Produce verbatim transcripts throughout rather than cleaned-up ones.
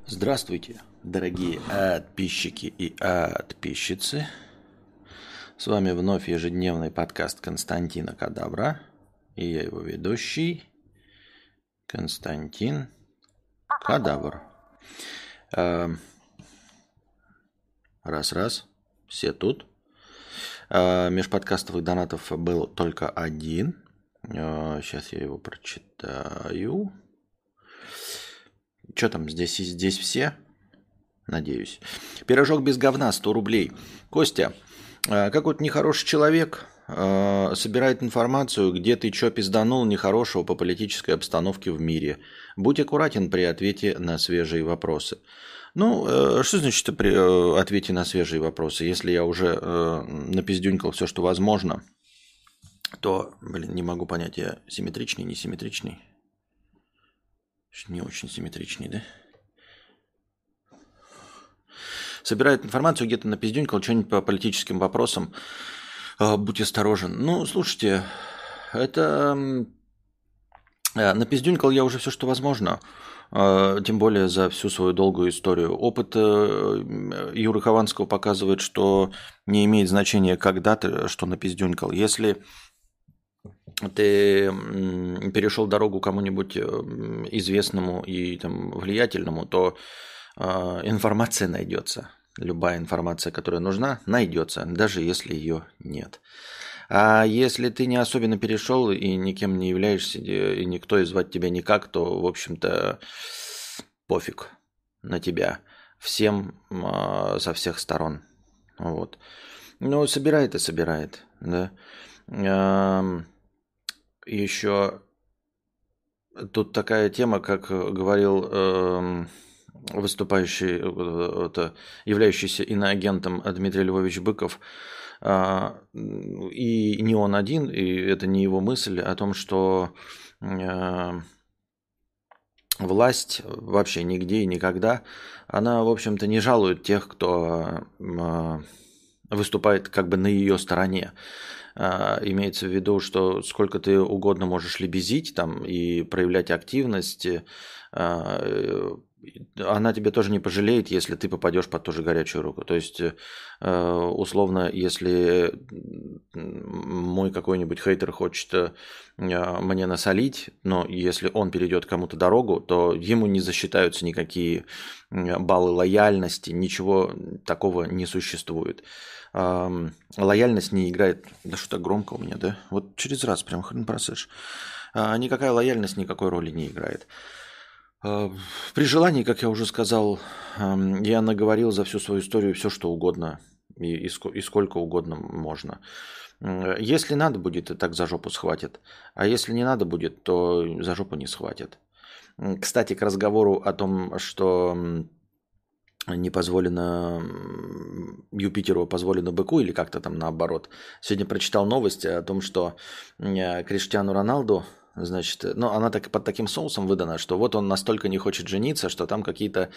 Здравствуйте, дорогие подписчики и подписчицы. С вами вновь ежедневный подкаст Константина Кадавра. И я его ведущий, Константин Кадавр. Раз-раз, все тут. Межподкастовых донатов был только один. Сейчас я его прочитаю. Что там, здесь, здесь все? Надеюсь. Пирожок без говна, сто рублей. Костя, какой-то нехороший человек э, собирает информацию, где ты что пизданул нехорошего по политической обстановке в мире. Будь аккуратен при ответе на свежие вопросы. Ну, э, что значит при э, ответе на свежие вопросы? Если я уже э, напиздюнькал все, что возможно, то, блин, не могу понять, я симметричный, не симметричный. Не очень симметричный, да? Собирает информацию, где-то напиздюнькал что-нибудь по политическим вопросам. Будь осторожен. Ну, слушайте, это... Напиздюнькал я уже все, что возможно. Тем более за всю свою долгую историю. Опыт Юры Хованского показывает, что не имеет значения, когда ты что напиздюнькал. Если ты перешел дорогу кому-нибудь известному и там, влиятельному, то э, информация найдется. Любая информация, которая нужна, найдется, даже если ее нет. А если ты не особенно перешел и никем не являешься, и никто и звать тебя никак, то, в общем-то, пофиг на тебя. Всем э, со всех сторон. Вот. Но собирает и собирает. Да. Э, Еще тут такая тема, как говорил э, выступающий, э, являющийся иноагентом Дмитрий Львович Быков, э, и не он один, и это не его мысль, о том, что э, власть вообще нигде и никогда, она, в общем-то, не жалует тех, кто э, выступает как бы на ее стороне. Имеется в виду, что сколько ты угодно можешь лебезить там и проявлять активность, она тебя тоже не пожалеет, если ты попадешь под ту же горячую руку. То есть, условно, если мой какой-нибудь хейтер хочет мне насолить, но если он перейдет кому-то дорогу, то ему не засчитаются никакие баллы лояльности, ничего такого не существует. Лояльность не играет... Да что так громко у меня, да? Вот через раз прям хрен просышь. Никакая лояльность никакой роли не играет. При желании, как я уже сказал, я наговорил за всю свою историю все, что угодно и, и сколько угодно можно. Если надо будет, и так за жопу схватит. А если не надо будет, то за жопу не схватит. Кстати, к разговору о том, что не позволено Юпитеру, позволено быку, или как-то там наоборот. Сегодня прочитал новость о том, что Криштиану Роналду, значит, ну, она так, под таким соусом выдана, что вот он настолько не хочет жениться, что там какие-то,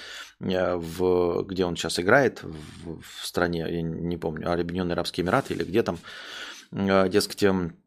в, где он сейчас играет, в, в стране, я не помню, Объединенные Арабские Эмираты или где там, дескать,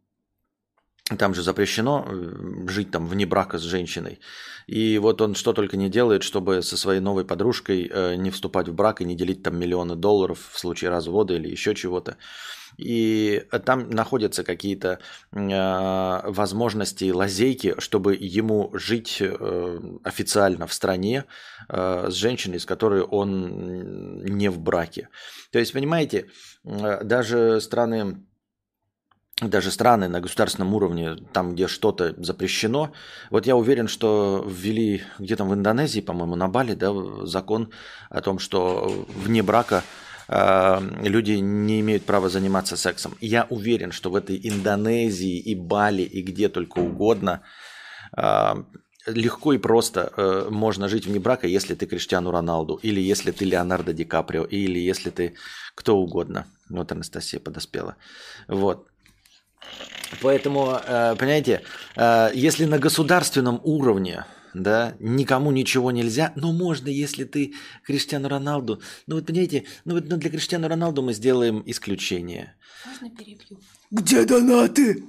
там же запрещено жить там вне брака с женщиной. И вот он что только не делает, чтобы со своей новой подружкой не вступать в брак и не делить там миллионы долларов в случае развода или еще чего-то. И там находятся какие-то возможности, лазейки, чтобы ему жить официально в стране с женщиной, с которой он не в браке. То есть, понимаете, даже страны... Даже страны на государственном уровне, там, где что-то запрещено. Вот я уверен, что ввели где-то в Индонезии, по-моему, на Бали, да, закон о том, что вне брака э, люди не имеют права заниматься сексом. Я уверен, что в этой Индонезии и Бали, и где только угодно, э, легко и просто э, можно жить вне брака, если ты Криштиану Роналду, или если ты Леонардо Ди Каприо, или если ты кто угодно. Вот Анастасия подоспела. Вот. Поэтому, понимаете, если на государственном уровне, да, никому ничего нельзя, но можно, если ты Криштиану Роналду. Ну вот, понимаете, ну вот для Криштиану Роналду мы сделаем исключение. Можно перебью? Где донаты?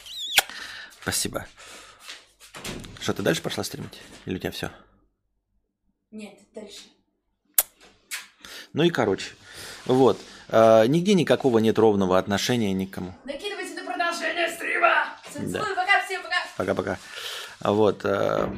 Спасибо. Что, ты дальше пошла стримить? Или у тебя все? Нет, дальше. Ну и короче. Вот. А, нигде никакого нет ровного отношения никому. Накидывайте на продолжение стрима. Всем Да. целую, пока, всем пока. Пока-пока. Вот. а,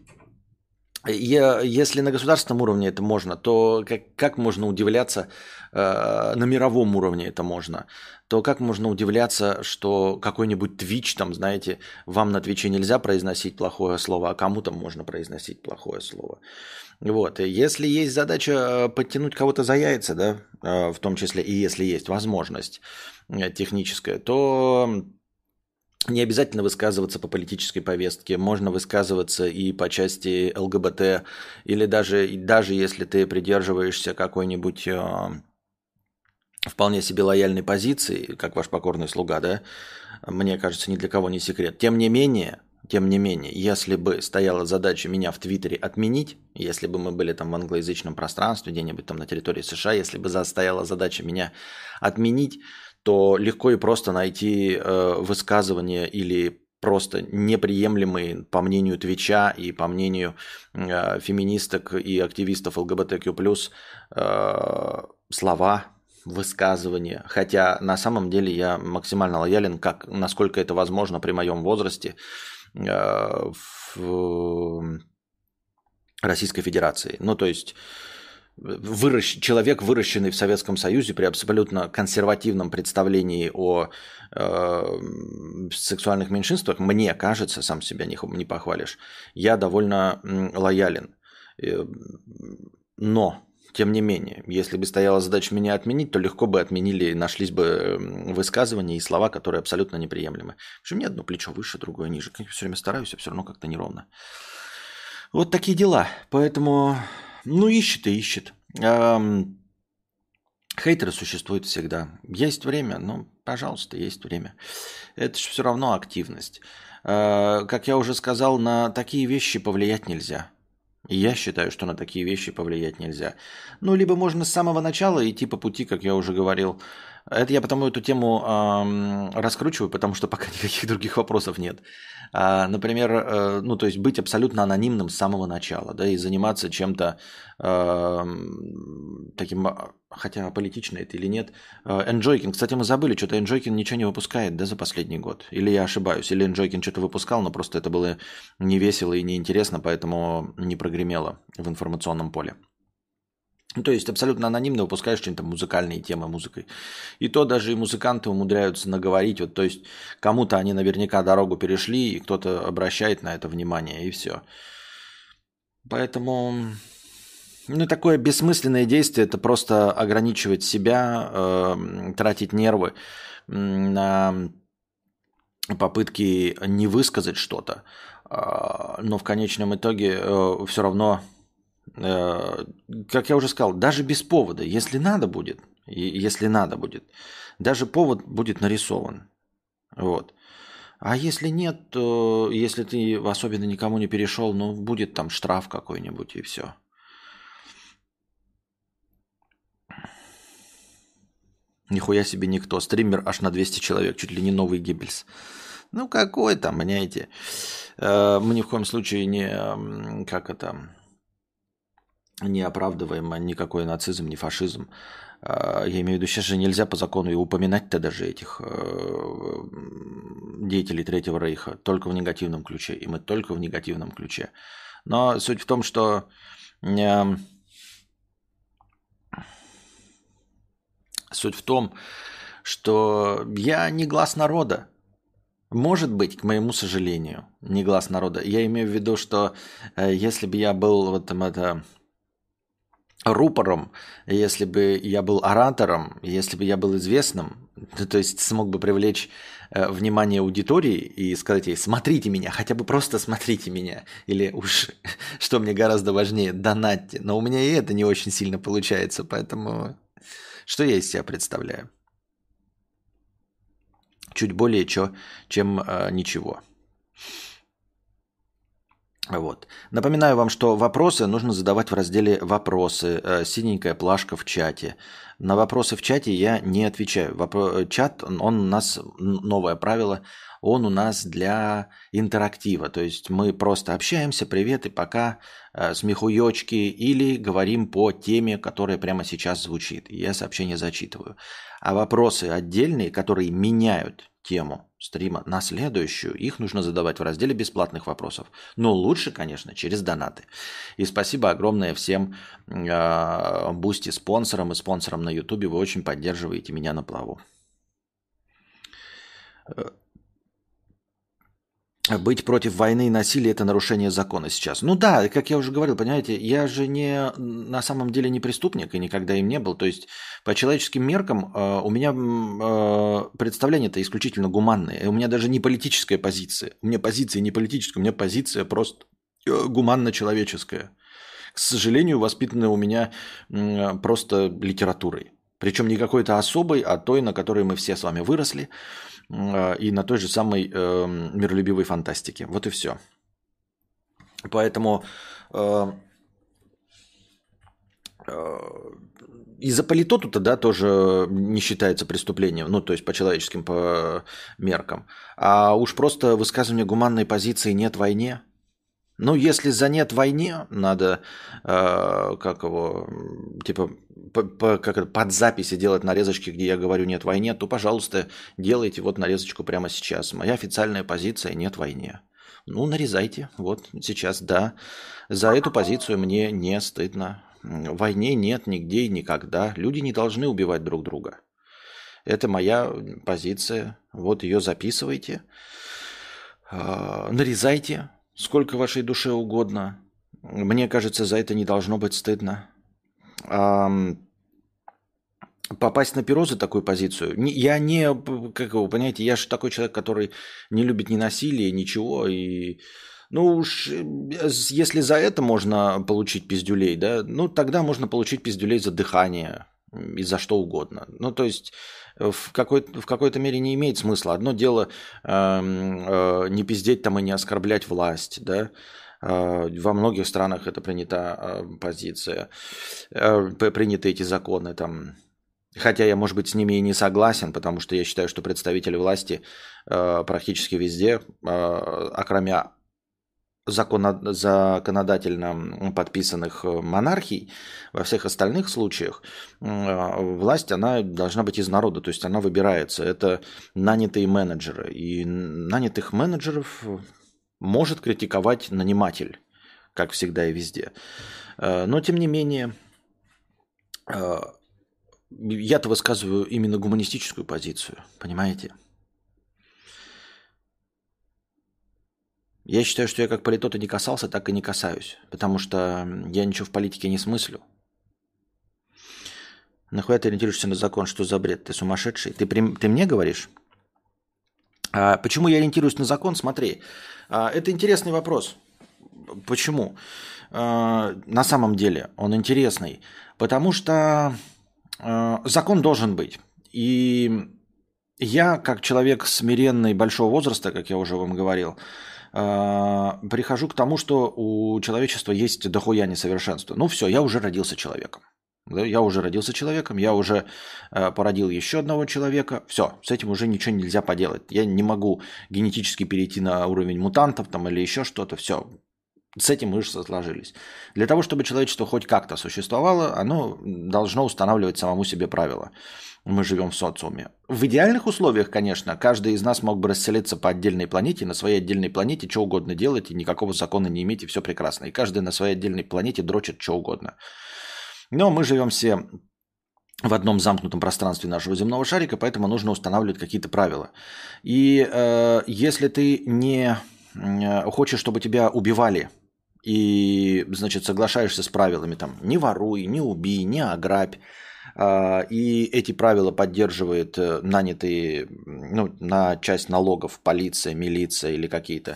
я- Если на государственном уровне это можно, то как, как можно удивляться, э, на мировом уровне это можно, то как можно удивляться, что какой-нибудь Twitch, там, знаете, вам на Твиче нельзя произносить плохое слово, а кому-то можно произносить плохое слово. Вот. И если есть задача э, подтянуть кого-то за яйца, да, э, в том числе и если есть возможность э, техническая, то не обязательно высказываться по политической повестке, можно высказываться и по части ЛГБТ, или даже, и даже если ты придерживаешься какой-нибудь э, вполне себе лояльной позиции, как ваш покорный слуга, да, мне кажется, ни для кого не секрет. Тем не менее, тем не менее, если бы стояла задача меня в Твиттере отменить, если бы мы были там в англоязычном пространстве, где-нибудь там на территории США, если бы за- стояла задача меня отменить, то легко и просто найти э, высказывания или просто неприемлемые, по мнению Твича и по мнению э, феминисток и активистов ЛГБТК+, э, слова, высказывания. Хотя на самом деле я максимально лоялен, как, насколько это возможно при моем возрасте э, в Российской Федерации. Ну, то есть выращ... человек, выращенный в Советском Союзе при абсолютно консервативном представлении о э, сексуальных меньшинствах, мне кажется, сам себя не, не похвалишь, я довольно м, лоялен. Э, Но, тем не менее, если бы стояла задача меня отменить, то легко бы отменили, нашлись бы м, высказывания и слова, которые абсолютно неприемлемы. В общем, мне одно плечо выше, другое ниже. Как я все время стараюсь, а все равно как-то неровно. Вот такие дела. Поэтому, ну, ищет и ищет. Ам, Хейтеры существуют всегда. Есть время, ну, пожалуйста, есть время. Это же все равно активность. А, Как я уже сказал, на такие вещи повлиять нельзя. И я считаю, что на такие вещи повлиять нельзя. Ну, либо можно с самого начала идти по пути, как я уже говорил. Это я потому эту тему ам, раскручиваю, потому что пока никаких других вопросов нет. А, например, э, ну, то есть быть абсолютно анонимным с самого начала, да, и заниматься чем-то ам, таким, а, хотя политично это или нет. Энджойкин, кстати, мы забыли, что-то Энджойкин ничего не выпускает, да, за последний год. Или я ошибаюсь, или Энджойкин что-то выпускал, но просто это было не весело и неинтересно, поэтому не прогремело в информационном поле. Ну, то есть абсолютно анонимно выпускаешь что-нибудь там музыкальные темы музыкой. И то даже и музыканты умудряются наговорить. Вот, то есть кому-то они наверняка дорогу перешли, и кто-то обращает на это внимание, и все. Поэтому, ну, такое бессмысленное действие – это просто ограничивать себя, э, тратить нервы м, на попытки не высказать что-то, а, но в конечном итоге все равно, э, как я уже сказал, даже без повода, если надо будет, и если надо будет, даже повод будет нарисован. Вот. А если нет, то если ты особенно никому не перешел, ну, будет там штраф какой-нибудь и все. Нихуя себе никто. Стример аж на двести человек, чуть ли не новый Геббельс. Ну, какой там, понимаете. Э, Мы ни в коем случае не, м, как это, не оправдываем никакой нацизм, ни фашизм. А, Я имею в виду, сейчас же нельзя по закону и упоминать-то даже этих э, деятелей Третьего Рейха, только в негативном ключе. И мы только в негативном ключе. Но суть в том, что э, суть в том, что я не глас народа. Может быть, к моему сожалению, не глас народа. Я имею в виду, что э, если бы я был вот там это рупором, если бы я был оратором, если бы я был известным, то, то есть смог бы привлечь э, внимание аудитории и сказать ей: смотрите меня, хотя бы просто смотрите меня, или уж, что мне гораздо важнее, донатьте. Но у меня и это не очень сильно получается, поэтому что я из себя представляю? Чуть более чё, чем э, ничего. Вот. Напоминаю вам, что вопросы нужно задавать в разделе «Вопросы». Э, Синенькая плашка в чате. На вопросы в чате я не отвечаю. Вопро- Чат, он он у нас, н- новое правило, он у нас для интерактива. То есть мы просто общаемся, привет и пока, э, смехуёчки, или говорим по теме, которая прямо сейчас звучит. И я сообщение зачитываю. А вопросы отдельные, которые меняют тему стрима на следующую, их нужно задавать в разделе бесплатных вопросов. Но лучше, конечно, через донаты. И спасибо огромное всем э, Бусти спонсорам и спонсорам на Ютубе. Вы очень поддерживаете меня на плаву. Быть против войны и насилия – это нарушение закона сейчас. Ну да, как я уже говорил, понимаете, я же не на самом деле не преступник и никогда им не был. То есть по человеческим меркам э, у меня э, представление-то исключительно гуманное. И у меня даже не политическая позиция. У меня позиция не политическая, у меня позиция просто э, гуманно-человеческая. К сожалению, воспитанная у меня э, просто литературой. Причем не какой-то особой, а той, на которой мы все с вами выросли. И на той же самой э, миролюбивой фантастике. Вот и все. Поэтому э, э, из-за политоту-то, да, тоже не считается преступлением, ну, то есть по человеческим по меркам. А уж просто высказывание гуманной позиции «нет войне». Ну, если за «нет войне» надо, э, как его, типа, по, по, как это, под записи делать нарезочки, где я говорю «нет войне», то, пожалуйста, делайте вот нарезочку прямо сейчас. Моя официальная позиция «нет войне». Ну, нарезайте. Вот сейчас, да. За эту позицию мне не стыдно. Войне нет нигде и никогда. Люди не должны убивать друг друга. Это моя позиция. Вот ее записывайте. Э, нарезайте. Сколько вашей душе угодно. Мне кажется, за это не должно быть стыдно. А, попасть на перо за такую позицию. Не, я не, как вы понимаете, я же такой человек, который не любит ни насилия, ничего. И, ну уж, если за это можно получить пиздюлей, да, ну тогда можно получить пиздюлей за дыхание и за что угодно. Ну то есть в какой-то, в какой-то мере не имеет смысла. Одно дело э, э, не пиздеть там и не оскорблять власть, да. Э, во многих странах это принята э, позиция, э, приняты эти законы там. Хотя я, может быть, с ними и не согласен, потому что я считаю, что представители власти э, практически везде, э, окромя законо- законодательно подписанных монархий, во всех остальных случаях э, власть, она должна быть из народа, то есть она выбирается. Это нанятые менеджеры. И нанятых менеджеров может критиковать наниматель, как всегда и везде. Э, Но, тем не менее, э, я-то высказываю именно гуманистическую позицию, понимаете? Я считаю, что я как политота не касался, так и не касаюсь. Потому что я ничего в политике не смыслю. Нахуя ты ориентируешься на закон? Что за бред? Ты сумасшедший? Ты, при- ты мне говоришь? А почему я ориентируюсь на закон? Смотри, а, это интересный вопрос. Почему? А, на самом деле он интересный. Потому что а, закон должен быть. И я, как человек смиренный большого возраста, как я уже вам говорил, а, прихожу к тому, что у человечества есть дохуя несовершенства. Ну все, я уже родился человеком. Да, я уже родился человеком, я уже э, породил еще одного человека. Все, с этим уже ничего нельзя поделать. Я не могу генетически перейти на уровень мутантов там, или еще что-то. Все, с этим мы уже сложились. Для того, чтобы человечество хоть как-то существовало, оно должно устанавливать самому себе правила. Мы живем в социуме. В идеальных условиях, конечно, каждый из нас мог бы расселиться по отдельной планете, на своей отдельной планете что угодно делать, и никакого закона не иметь, и все прекрасно. И каждый на своей отдельной планете дрочит что угодно. Но мы живем все в одном замкнутом пространстве нашего земного шарика, поэтому нужно устанавливать какие-то правила. И э, если ты не э, хочешь, чтобы тебя убивали, и, значит, соглашаешься с правилами, там, не воруй, не убей, не ограбь, э, и эти правила поддерживает э, нанятые, ну, на часть налогов полиция, милиция или какие-то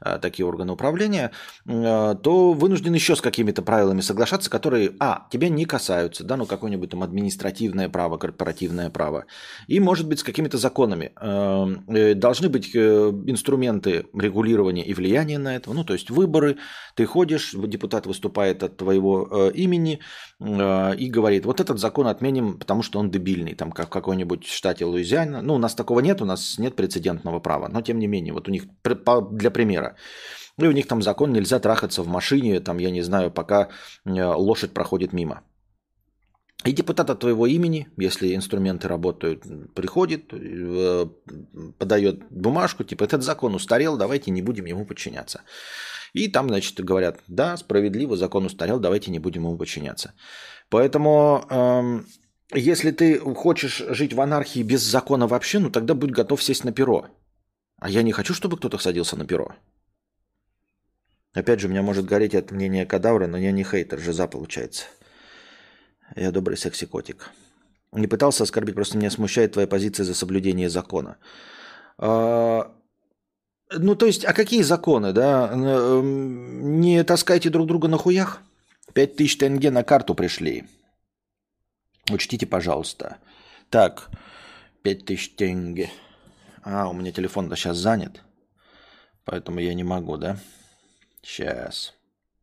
э, такие органы управления, э, то вынужден еще с какими-то правилами соглашаться, которые, а, тебя не касаются, да, ну какое-нибудь там административное право, корпоративное право, и, может быть, с какими-то законами. Э, э, должны быть э, инструменты регулирования и влияния на это, ну, то есть выборы, ты ходишь, депутат выступает от твоего э, имени э, и говорит, вот этот закон отменим, потому что он дебильный, там, как в какой-нибудь штате Луизиана. Ну, у нас такого нет, у нас нет прецедентного права, но тем не менее, вот у них, для примера, и у них там закон, нельзя трахаться в машине, там, я не знаю, пока э, лошадь проходит мимо. И депутат от твоего имени, если инструменты работают, приходит, э, подает бумажку, типа, этот закон устарел, давайте не будем ему подчиняться. И там, значит, говорят, да, справедливо, закон устарел, давайте не будем ему подчиняться. Поэтому, э, если ты хочешь жить в анархии без закона вообще, ну тогда будь готов сесть на перо. А я не хочу, чтобы кто-то садился на перо. Опять же, у меня может гореть от мнения кадавра, но я не хейтер, жиза получается. Я добрый секси-котик. Не пытался оскорбить, просто меня смущает твоя позиция за соблюдение закона. А, ну, то есть, а какие законы, да? Не таскайте друг друга на хуях? Пять тысяч тенге на карту пришли. Учтите, пожалуйста. Так, пять тысяч тенге. А, у меня телефон-то сейчас занят, поэтому я не могу, да? Сейчас.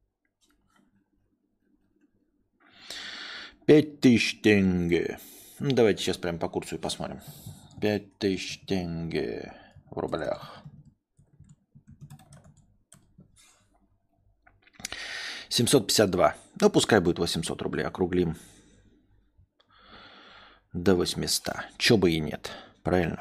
Пять тысяч тенге. Ну, давайте сейчас прямо по курсу и посмотрим. Пять тысяч тенге в рублях. семьсот пятьдесят два. Ну, пускай будет восемьсот рублей. Округлим до восьмисот. Чё бы и нет. Правильно?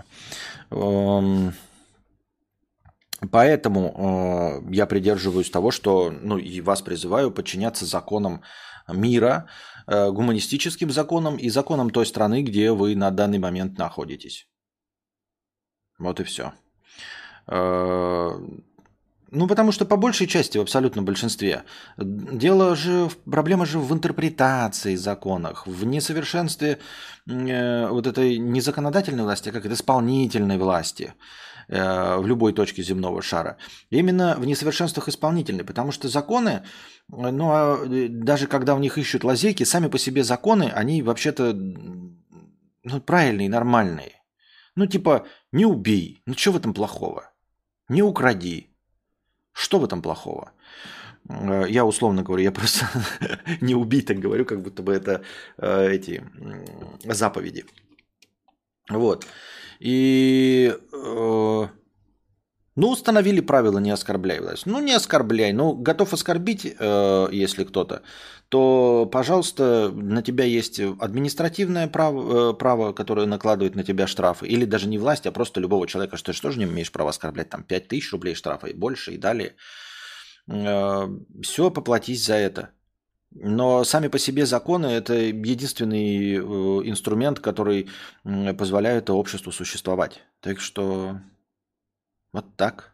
Поэтому э, я придерживаюсь того, что, ну, и вас призываю подчиняться законам мира, э, гуманистическим законам и законам той страны, где вы на данный момент находитесь. Вот и все. Э, ну, потому что по большей части, в абсолютном большинстве, дело же, проблема же в интерпретации законов, в несовершенстве э, вот этой не законодательной власти, а как это исполнительной власти в любой точке земного шара. Именно в несовершенствах исполнительной, потому что законы, ну, а даже когда в них ищут лазейки, сами по себе законы, они вообще-то, ну, правильные, нормальные. Ну, типа, не убей, ну, что в этом плохого? Не укради. Что в этом плохого? Я условно говорю, я просто не убей, так говорю, как будто бы это эти заповеди. Вот. И, э, ну, установили правила «не оскорбляй власть». Ну, не оскорбляй. Ну, готов оскорбить, э, если кто-то, то, пожалуйста, на тебя есть административное право, э, право, которое накладывает на тебя штрафы. Или даже не власть, а просто любого человека, что ты тоже не имеешь права оскорблять. Там пять тысяч рублей штрафа и больше, и далее. Э, все, поплатись за это. Но сами по себе законы – это единственный инструмент, который позволяет обществу существовать. Так что вот так.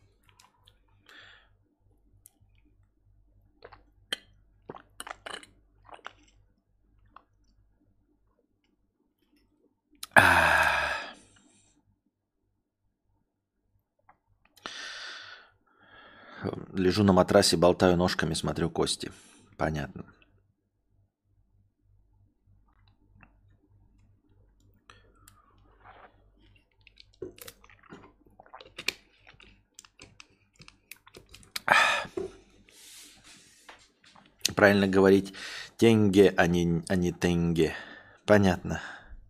Лежу на матрасе, болтаю ножками, смотрю кости. Понятно. Правильно говорить тенге, а не, а не тенге. Понятно.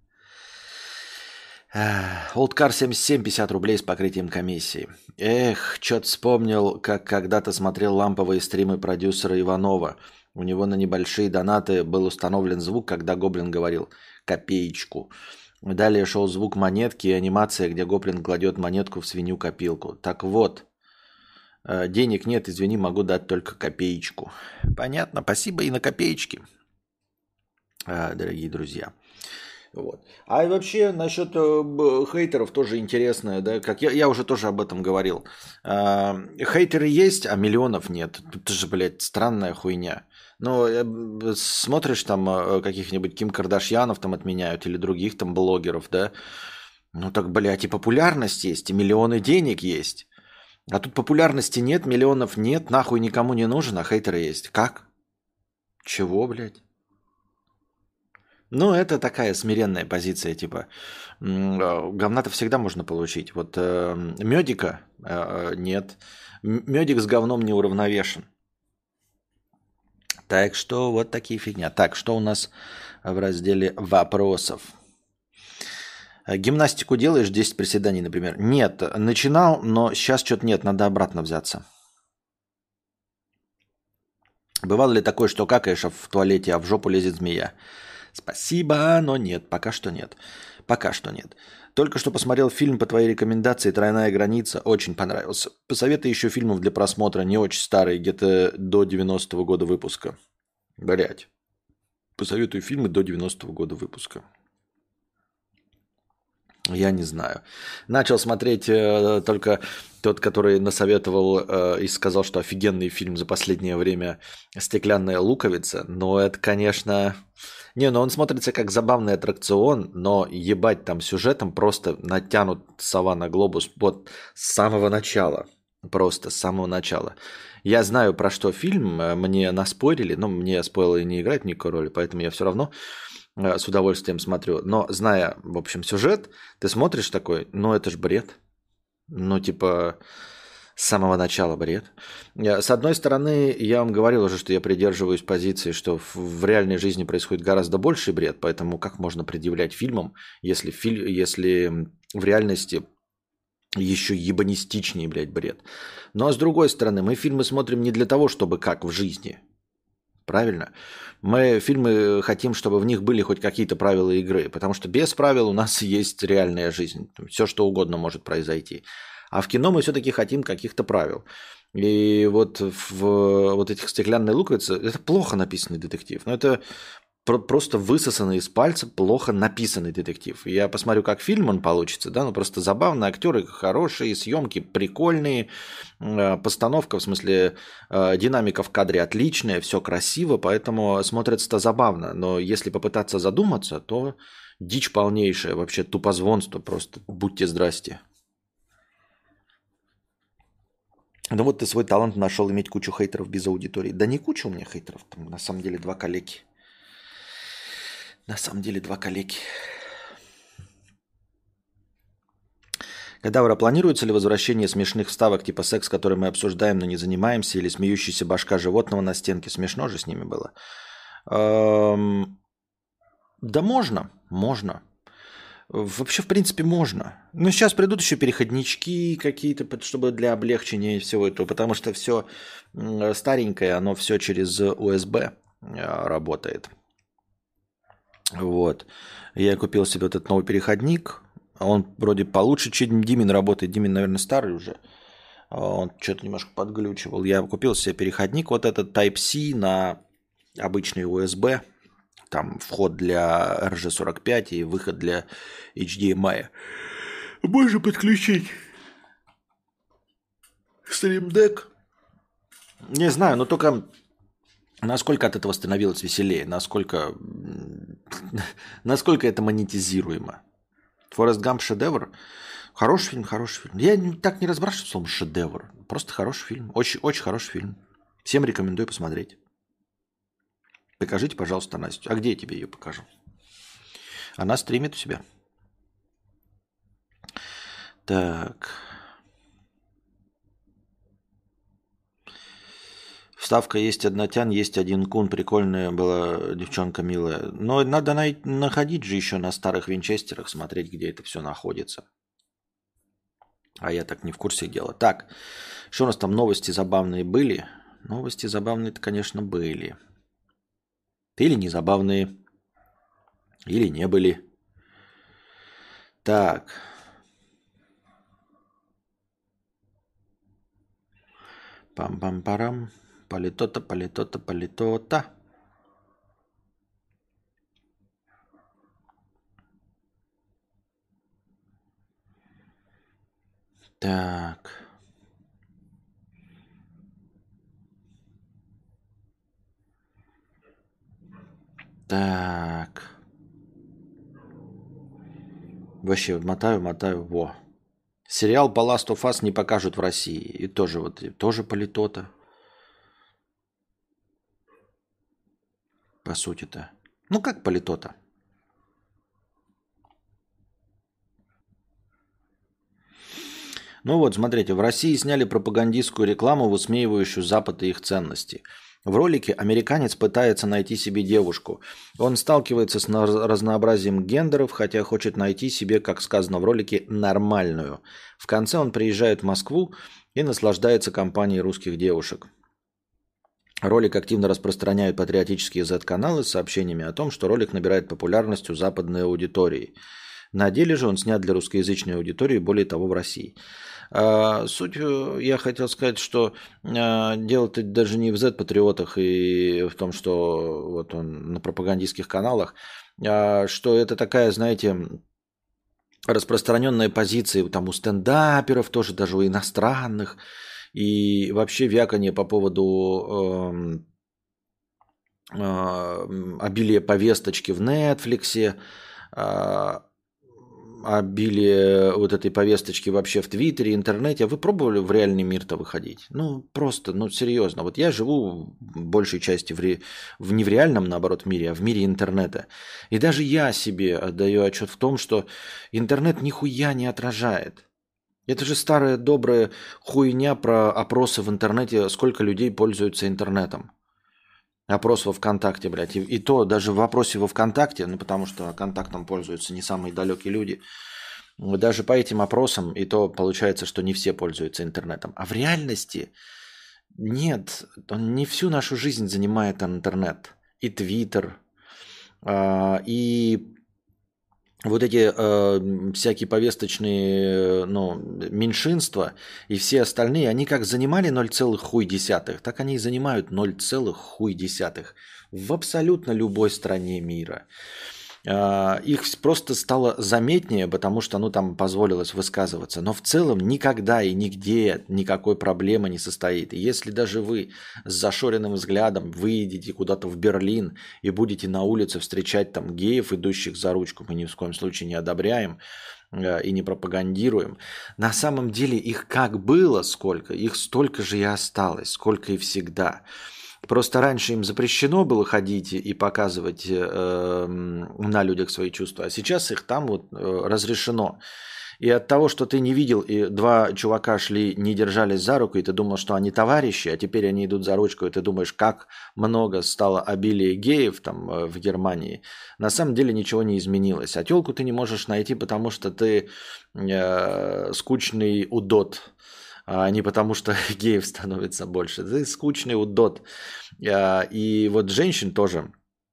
Олдкар семьдесят семь, пятьдесят рублей с покрытием комиссии. Эх, чё-то вспомнил, как когда-то смотрел ламповые стримы продюсера Иванова. У него на небольшие донаты был установлен звук, когда Гоблин говорил «копеечку». Далее шел звук монетки и анимация, где Гоблин кладет монетку в свинью-копилку. Так вот, денег нет, извини, могу дать только копеечку. Понятно, спасибо и на копеечки, дорогие друзья. Вот. А и вообще насчет э, хейтеров тоже интересно, да, как я, я уже тоже об этом говорил. Э, хейтеры есть, а миллионов нет. Это же, блядь, странная хуйня. Но э, смотришь там э, каких-нибудь Ким Кардашьянов там отменяют или других там блогеров, да. Ну так, блядь, и популярность есть, и миллионы денег есть. А тут популярности нет, миллионов нет, нахуй никому не нужен, а хейтеры есть. Как? Чего, блядь? Ну, это такая смиренная позиция, типа, м, э, говна-то всегда можно получить. Вот э, медика э, нет. М- Медик с говном не уравновешен. Так что вот такие фигня. Так, что у нас в разделе вопросов? Э, Гимнастику делаешь, десять приседаний, например? Нет, начинал, но сейчас что-то нет, надо обратно взяться. Бывало ли такое, что какаешь а в туалете, а в жопу лезет змея? Спасибо, но нет, пока что нет. Пока что нет. Только что посмотрел фильм по твоей рекомендации «Тройная граница». Очень понравился. Посоветуй еще фильмов для просмотра, не очень старые, где-то до девяностого года выпуска. Блять. Посоветуй фильмы до девяностого года выпуска. Я не знаю. Начал смотреть э, только тот, который насоветовал э, и сказал, что офигенный фильм за последнее время «Стеклянная луковица». Но это, конечно... Не, ну он смотрится как забавный аттракцион, но ебать там сюжетом просто натянут сова на глобус вот с самого начала. Просто с самого начала. Я знаю, про что фильм, э, мне наспорили, но мне спойлеры не играют никакой роли, поэтому я все равно э, с удовольствием смотрю. Но зная, в общем, сюжет, ты смотришь такой, ну это ж бред. Ну типа с самого начала бред. Я- С одной стороны, я вам говорил уже, что я придерживаюсь позиции, что в, в реальной жизни происходит гораздо больший бред, поэтому как можно предъявлять фильмам, если, филь, если в реальности еще ебанистичнее, блядь, бред. Ну а с другой стороны, мы фильмы смотрим не для того, чтобы как в жизни. Правильно? Мы фильмы хотим, чтобы в них были хоть какие-то правила игры, потому что без правил у нас есть реальная жизнь. Все, что угодно может произойти. А в кино мы все-таки хотим каких-то правил. И вот в вот этих «Стеклянной луковице» это плохо написанный детектив. Но это про- просто высосанный из пальца плохо написанный детектив. Я посмотрю, как фильм он получится, да, ну просто забавно, актеры хорошие, съемки прикольные, э, постановка, в смысле, э, динамика в кадре отличная, все красиво, поэтому смотрится-то забавно. Но если попытаться задуматься, то дичь полнейшая, вообще тупозвонство просто, будьте здрасте. Ну вот ты свой талант нашел иметь кучу хейтеров без аудитории. Да не куча у меня хейтеров, там на самом деле два коллеги. На самом деле два коллеги. Кадавра, планируется ли возвращение смешных вставок типа секс, который мы обсуждаем, но не занимаемся, или смеющаяся башка животного на стенке? Смешно же с ними было. Эм, Да можно, можно. Вообще, в принципе, можно. Но сейчас придут еще переходнички какие-то, под- чтобы для облегчения всего этого, потому что все старенькое, оно все через у эс би э, работает. Вот. Я купил себе вот этот новый переходник. Он вроде получше, чем Димин работает. Димин, наверное, старый уже. А Он что-то немножко подглючивал. Я купил себе переходник, вот этот Type-C на обычный ю эс би. Там вход для эр джи сорок пять и выход для эйч ди эм ай. Можно подключить Stream Deck. Не знаю, но только насколько от этого становилось веселее, насколько, насколько это монетизируемо. Форест Гамп шедевр. Хороший фильм, хороший фильм. Я не- так не разбрасываю словом шедевр. Просто хороший фильм. Очень, очень хороший фильм. Всем рекомендую посмотреть. Покажите, пожалуйста, Настю. А где я тебе ее покажу? Она стримит у себя. Так. Вставка есть однотян, есть один кун. Прикольная была девчонка милая. Но надо най- находить же еще на старых винчестерах, смотреть, где это все находится. А я так не в курсе дела. Так, что у нас там новости забавные были? Новости забавные-то, конечно, были. Или не забавные, или не были. Так. Пам-пам-парам. Полито-то, полито-то, полито-то. Так. Так. Вообще, мотаю, мотаю. Во. Сериал по Last of Us не покажут в России. И тоже вот, и тоже политота. По сути-то. Ну как политота? Ну вот, смотрите, в России сняли пропагандистскую рекламу, высмеивающую Запад и их ценности. В ролике американец пытается найти себе девушку. Он сталкивается с разнообразием гендеров, хотя хочет найти себе, как сказано в ролике, нормальную. В конце он приезжает в Москву и наслаждается компанией русских девушек. Ролик активно распространяют патриотические зет-каналы с сообщениями о том, что ролик набирает популярность у западной аудитории. На деле же он снят для русскоязычной аудитории, более того, в России. Суть, я хотел сказать, что дело-то даже не в зет-патриотах и в том, что вот он на пропагандистских каналах, а что это такая, знаете, распространенная позиция там у стендаперов, тоже даже у иностранных, и вообще вяканье по поводу э, э, обилия повесточки в Netflix, э, обилие вот этой повесточки вообще в Твиттере, интернете. А вы пробовали в реальный мир-то выходить? Ну, просто, ну, серьезно. Вот я живу в большей части в, ре... в не в реальном, наоборот, мире, а в мире интернета. И даже я себе отдаю отчет в том, что интернет нихуя не отражает. Это же старая добрая хуйня про опросы в интернете, сколько людей пользуются интернетом. Опрос во ВКонтакте, блядь. И, и то даже в опросе во ВКонтакте, ну потому что ВКонтактом пользуются не самые далекие люди, даже по этим опросам, и то получается, что не все пользуются интернетом. А в реальности нет, он не всю нашу жизнь занимает интернет. И Твиттер, и вот эти э, всякие повесточные ну, меньшинства и все остальные, они как занимали ноль целых хуй десятых, так они и занимают ноль целых хуй десятых в абсолютно любой стране мира. Э, их просто стало заметнее, потому что ну, там позволилось высказываться. Но в целом никогда и нигде никакой проблемы не состоит. И если даже вы с зашоренным взглядом выйдете куда-то в Берлин и будете на улице встречать там геев, идущих за ручку, мы ни в коем случае не одобряем э, и не пропагандируем. На самом деле их как было сколько, их столько же и осталось, сколько и всегда. Просто раньше им запрещено было ходить и показывать э, на людях свои чувства, а сейчас их там вот э, разрешено. И от того, что ты не видел, и два чувака шли, не держались за руку, и ты думал, что они товарищи, а теперь они идут за ручку, и ты думаешь, как много стало обилие геев там э, в Германии. На самом деле ничего не изменилось. А тёлку ты не можешь найти, потому что ты э, скучный удот. А не потому, что геев становится больше. Ты скучный удот. И вот женщин тоже,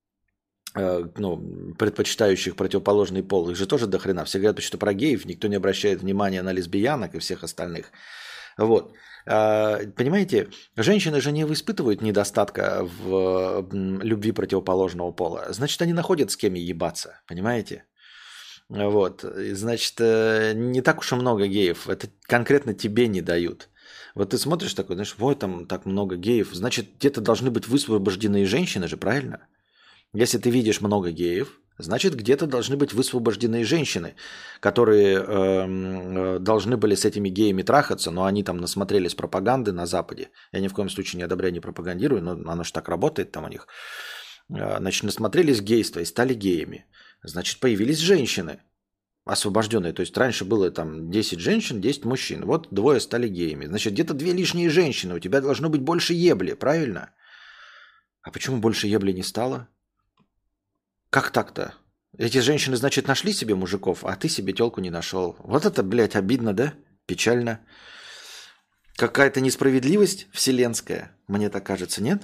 ну, предпочитающих противоположный пол, их же тоже до хрена. Все говорят, что про геев никто не обращает внимания на лесбиянок и всех остальных. Вот. Понимаете, женщины же не испытывают недостатка в любви противоположного пола. Значит, они находят с кем ебаться. Понимаете? Вот, значит, не так уж и много геев. Это конкретно тебе не дают. Вот ты смотришь такой, знаешь, вот там так много геев. Значит, где-то должны быть высвобожденные женщины же, правильно? Если ты видишь много геев, значит, где-то должны быть высвобожденные женщины, которые э, должны были с этими геями трахаться, но они там насмотрелись пропаганды на Западе. Я ни в коем случае не одобряю, не пропагандирую, но оно же так работает там у них. Значит, насмотрелись гейства и стали геями. Значит, появились женщины освобожденные. То есть раньше было там десять женщин, десять мужчин. Вот двое стали геями. Значит, где-то две лишние женщины. У тебя должно быть больше ебли, правильно? А почему больше ебли не стало? Как так-то? Эти женщины, значит, нашли себе мужиков, а ты себе тёлку не нашел. Вот это, блядь, обидно, да? Печально. Какая-то несправедливость вселенская, мне так кажется, нет?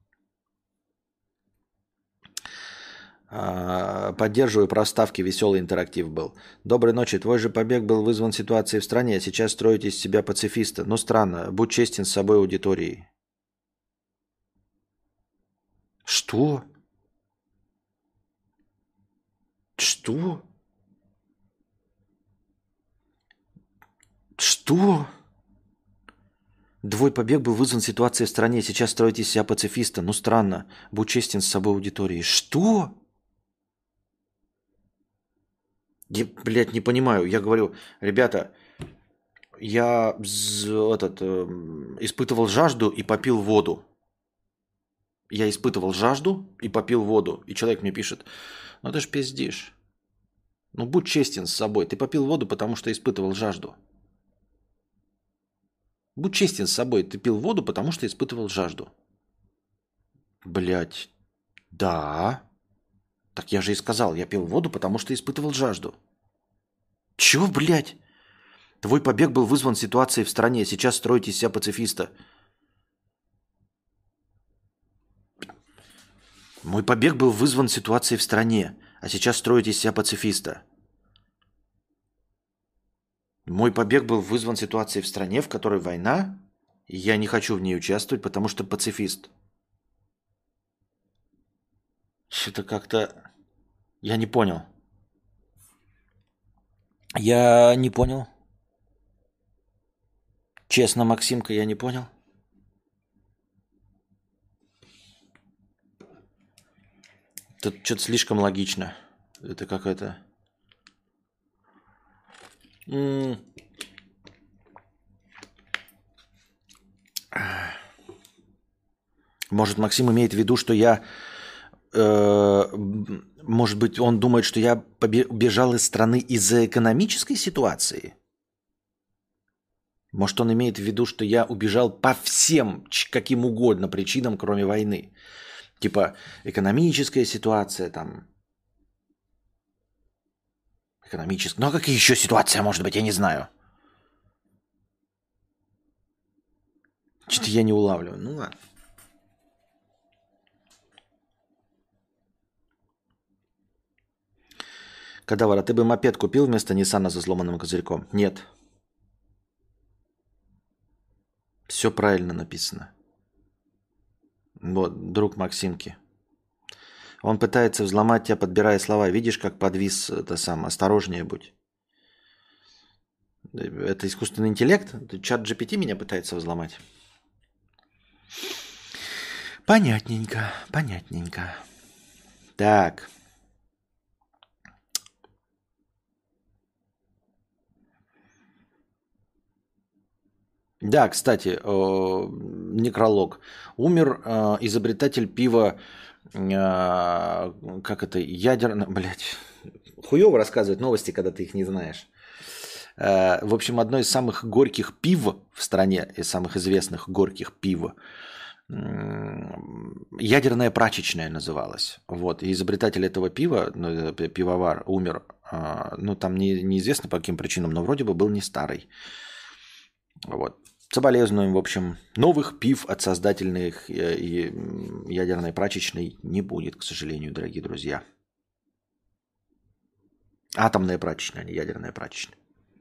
Поддерживаю проставки, веселый интерактив был. Доброй ночи. Твой же побег был вызван ситуацией в стране, а сейчас строите из себя пацифиста. Ну, странно. Будь честен с собой, аудиторией. Что? Что? Что? Твой побег был вызван ситуацией в стране, а сейчас строите из себя пацифиста. Ну, странно. Будь честен с собой, аудиторией. Что? Я, блядь, не понимаю. Я говорю, ребята, Я з- этот, э, испытывал жажду и попил воду. Я испытывал жажду и попил воду. И человек мне пишет, ну ты ж пиздишь. Ну будь честен с собой. Ты попил воду, потому что испытывал жажду. Будь честен с собой. Ты пил воду, потому что испытывал жажду. Блять, да. Так я же и сказал, я пил воду, потому что испытывал жажду. Чего, блядь? Твой побег был вызван ситуацией в стране. Сейчас строите из себя пацифиста. Мой побег был вызван ситуацией в стране. А сейчас строите из себя пацифиста. Мой побег был вызван ситуацией в стране, в которой война. И я не хочу в ней участвовать, потому что пацифист. Что-то как-то... Я не понял. Я не понял. Честно, Максимка, я не понял. Тут что-то слишком логично. Это какая-то... М. Может, Максим имеет в виду, что я... э, м, может быть, он думает, что я побе- бежал из страны из-за экономической ситуации? Может, он имеет в виду, что я убежал по всем ч- каким угодно причинам, кроме войны? Типа экономическая ситуация там. Экономическая. Ну а какие еще ситуации, может быть, я не знаю. Что-то я не улавливаю. Ну ладно. Кадавр, а ты бы мопед купил вместо Ниссана со сломанным козырьком? Нет. Все правильно написано. Вот, друг Максимки. Он пытается взломать тебя, подбирая слова. Видишь, как подвис это сам. Осторожнее будь. Это искусственный интеллект? Чат джи пи ти меня пытается взломать? Понятненько, понятненько. Так. Да, кстати, э, некролог. Умер э, изобретатель пива, э, как это, ядерно, блядь, хуёво рассказывать новости, когда ты их не знаешь. Э, в общем, одно из самых горьких пив в стране, из самых известных горьких пив, м, ядерная прачечная называлась. Вот. И изобретатель этого пива, ну, э, пивовар, умер, э, ну, там не, неизвестно по каким причинам, но вроде бы был не старый. Вот. Соболезнуем, в общем, новых пив от создательных э, и м, ядерной прачечной не будет, к сожалению, дорогие друзья. Атомная прачечная, а не ядерная прачечная.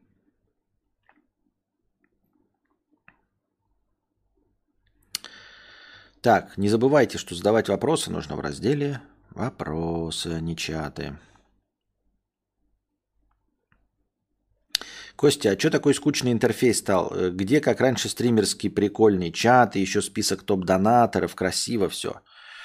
Так, не забывайте, что задавать вопросы нужно в разделе «Вопросы», а не чаты. Костя, а что такой скучный интерфейс стал? Э, Где, как раньше, стримерский прикольный чат и еще список топ-донаторов, красиво все.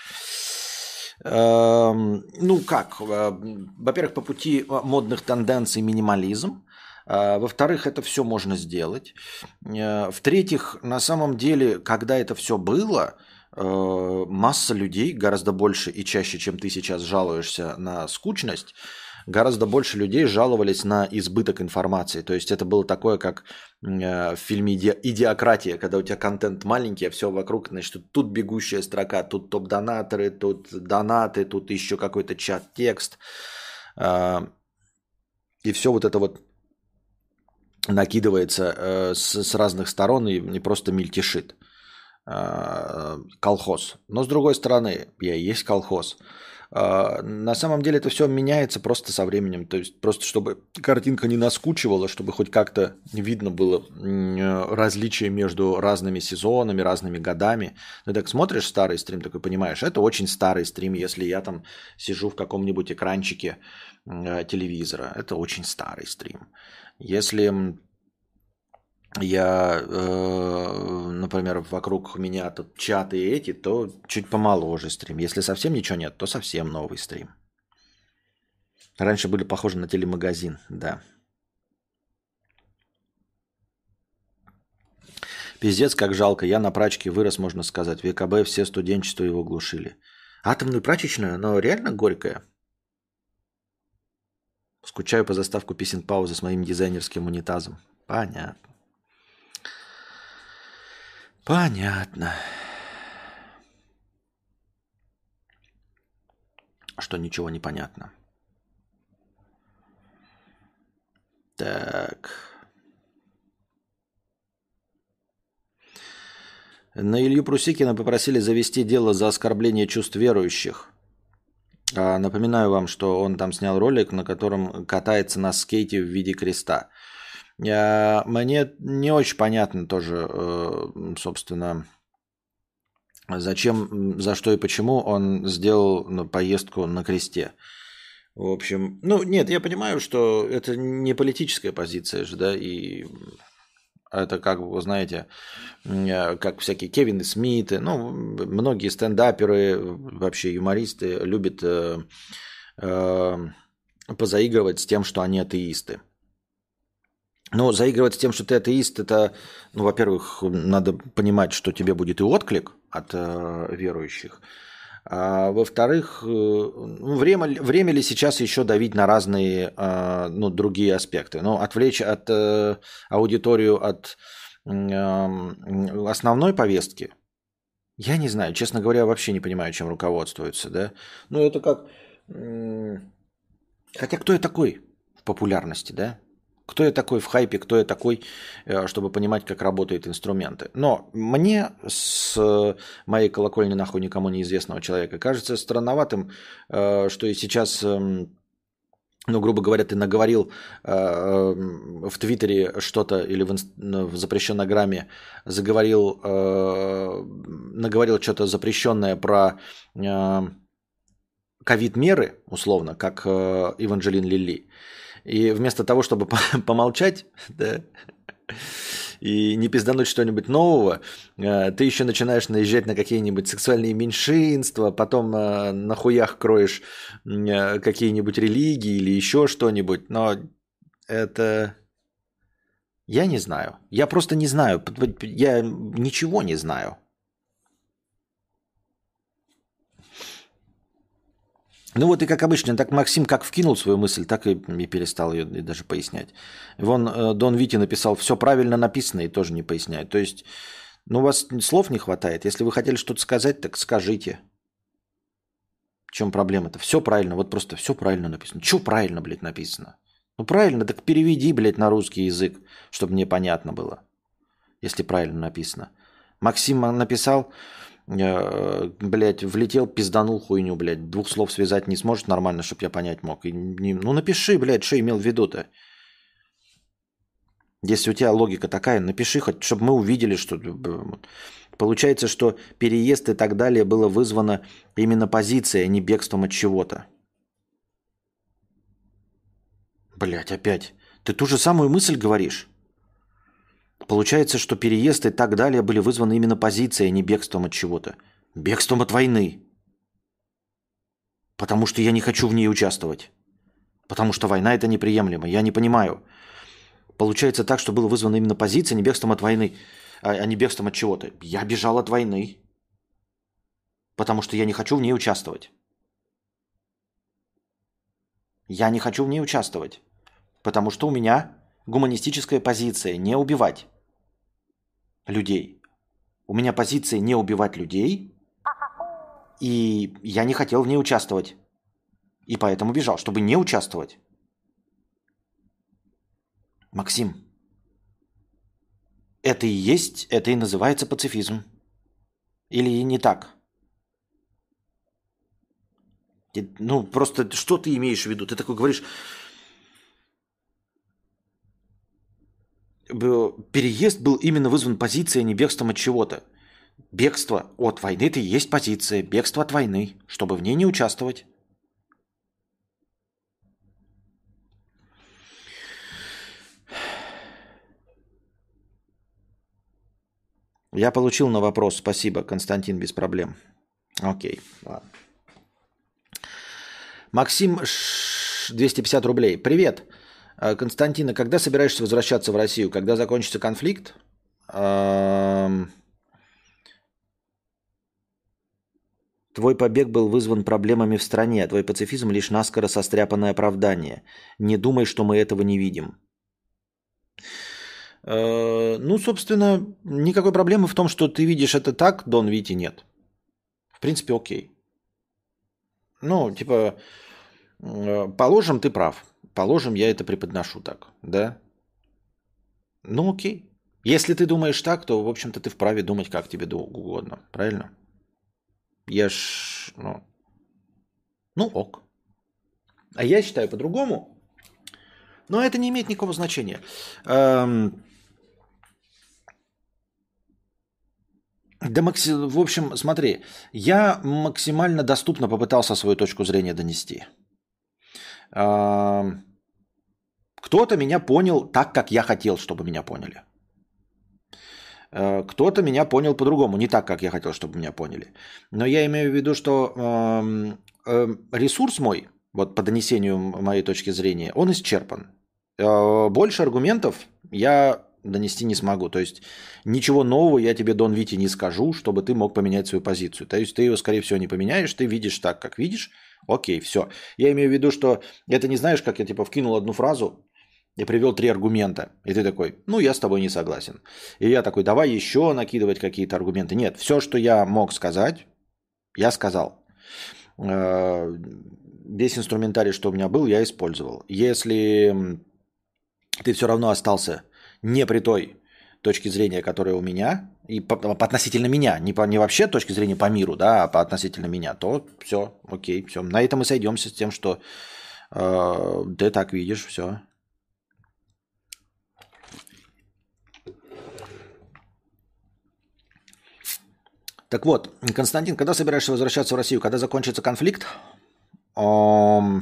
Эм, Ну как, э, во-первых, по пути э, модных тенденций минимализм. А, Во-вторых, это все можно сделать. Э, В-третьих, на самом деле, когда это все было, э, масса людей, гораздо больше и чаще, чем ты сейчас жалуешься на скучность, гораздо больше людей жаловались на избыток информации. То есть это было такое, как э, в фильме «Иде- «Идиократия», когда у тебя контент маленький, а все вокруг, значит, тут бегущая строка, тут топ-донаторы, тут донаты, тут еще какой-то чат-текст. А, И все вот это вот накидывается э, с, с разных сторон и не просто мельтешит. А, Колхоз. Но с другой стороны, я и есть колхоз. А, На самом деле это все меняется просто со временем. То есть просто чтобы картинка не наскучивала, чтобы хоть как-то видно было м, э, различие между разными сезонами, разными годами. Ты так смотришь старый стрим, такой понимаешь, это очень старый стрим, если я там сижу в каком-нибудь экранчике э, телевизора. Это очень старый стрим. Если м, я, э, например, вокруг меня тут чаты и эти, то чуть помоложе стрим. Если совсем ничего нет, то совсем новый стрим. Раньше были похожи на телемагазин, да. Пиздец, как жалко. Я на прачке вырос, можно сказать. В ВКБ все студенчество его глушили. Атомную прачечную, но реально горькая. Скучаю по заставку песен паузы с моим дизайнерским унитазом. Понятно. Понятно. Что ничего не понятно. Так. На Илью Прусикина попросили завести дело за оскорбление чувств верующих. А, напоминаю вам, что он там снял ролик, на котором катается на скейте в виде креста. А, мне не очень понятно тоже, собственно, зачем, за что и почему он сделал поездку на кресте. В общем, ну нет, я понимаю, что это не политическая позиция же, да, и это как вы знаете, как всякие Кевины Смиты, ну, многие стендаперы, вообще юмористы любят э, э, позаигрывать с тем, что они атеисты. Но заигрывать с тем, что ты атеист, это, ну, во-первых, надо понимать, что тебе будет и отклик от э, верующих. А во-вторых, э, ну, время, время ли сейчас еще давить на разные, э, ну, другие аспекты? Ну, отвлечь от э, аудиторию от э, основной повестки? Я не знаю, честно говоря, вообще не понимаю, чем руководствуются, да? Ну, это как... Э, хотя кто я такой в популярности, да? Кто я такой в хайпе, кто я такой, чтобы понимать, как работают инструменты. Но мне с моей колокольни нахуй никому неизвестного человека кажется странноватым, что и сейчас, ну, грубо говоря, ты наговорил в Твиттере что-то или в, инст... в запрещеннограмме, заговорил, наговорил что-то запрещенное про ковид-меры, условно, как Эванжелин Лилли. И вместо того, чтобы помолчать, да, и не пиздануть что-нибудь нового, ты еще начинаешь наезжать на какие-нибудь сексуальные меньшинства, потом на хуях кроешь какие-нибудь религии или еще что-нибудь. Но это... Я не знаю. Я просто не знаю. Я ничего не знаю. Ну вот и как обычно, так Максим как вкинул свою мысль, так и, и перестал ее и даже пояснять. Вон э, Дон Вити написал, все правильно написано и тоже не поясняет. То есть, ну у вас слов не хватает. Если вы хотели что-то сказать, так скажите. В чем проблема-то? Все правильно, вот просто все правильно написано. Че правильно, блядь, написано? Ну правильно, так переведи, блядь, на русский язык, чтобы мне понятно было, если правильно написано. Максим написал... Блять, влетел, пизданул хуйню, блядь. Двух слов связать не сможет нормально, чтобы я понять мог. И не... Ну напиши, блядь, что имел в виду-то. Если у тебя логика такая, напиши хоть, чтобы мы увидели, что... Получается, что переезд и так далее было вызвано именно позицией, а не бегством от чего-то. Блять, опять. Ты ту же самую мысль говоришь? Получается, что переезд и так далее были вызваны именно позицией, а не бегством от чего-то. Бегством от войны. Потому что я не хочу в ней участвовать. Потому что война – это неприемлемо. Я не понимаю. Получается так, что было вызвано именно позицией, а не бегством от войны, а не бегством от чего-то. Я бежал от войны. Потому что я не хочу в ней участвовать. Я не хочу в ней участвовать. Потому что у меня гуманистическая позиция – не убивать людей. У меня позиция не убивать людей, и я не хотел в ней участвовать. И поэтому бежал, чтобы не участвовать. Максим, это и есть, это и называется пацифизм. Или не так? Ну, просто что ты имеешь в виду? Ты такой говоришь... Переезд был именно вызван позицией, а не бегством от чего-то. Бегство от войны – это и есть позиция. Бегство от войны, чтобы в ней не участвовать. Я получил на вопрос. Спасибо, Константин, без проблем. Окей, ладно. Максим, двести пятьдесят рублей. Привет. Константин, а когда собираешься возвращаться в Россию? Когда закончится конфликт? Ам, Твой побег был вызван проблемами в стране, а твой пацифизм лишь наскоро состряпанное оправдание. Не думай, что мы этого не видим. Э, Ну, собственно, никакой проблемы в том, что ты видишь это так, Дон Вити, нет. В принципе, окей. Ну, типа, э, положим, ты прав. Положим, я это преподношу так, да? Ну, окей. Если ты думаешь так, то, в общем-то, ты вправе думать, как тебе ду- угодно. Правильно? Я ж, ну, ну ок. А я считаю по-другому, но это не имеет никакого значения. Эм, да, макси- в общем, смотри, я максимально доступно попытался свою точку зрения донести. Эм, Кто-то меня понял так, как я хотел, чтобы меня поняли. Э, Кто-то меня понял по-другому, не так, как я хотел, чтобы меня поняли. Но я имею в виду, что эм, эм, ресурс мой, вот по донесению моей точки зрения, он исчерпан. Э, Больше аргументов я донести не смогу. То есть ничего нового я тебе, Дон Вити, не скажу, чтобы ты мог поменять свою позицию. То есть ты его, скорее всего, не поменяешь, ты видишь так, как видишь. Окей, все. Я имею в виду, что это не знаешь, как я типа вкинул одну фразу, я привел три аргумента. И ты такой, ну, я с тобой не согласен. И я такой, давай еще накидывать какие-то аргументы. Нет, все, что я мог сказать, я сказал. Э, Весь инструментарий, что у меня был, я использовал. Если ты все равно остался не при той точке зрения, которая у меня, и по, по относительно меня, не, по, не вообще точки зрения по миру, да, а по относительно меня, то все, окей, все. На этом мы сойдемся с тем, что э, ты так видишь, все. Так вот, Константин, когда собираешься возвращаться в Россию? Когда закончится конфликт? Ам,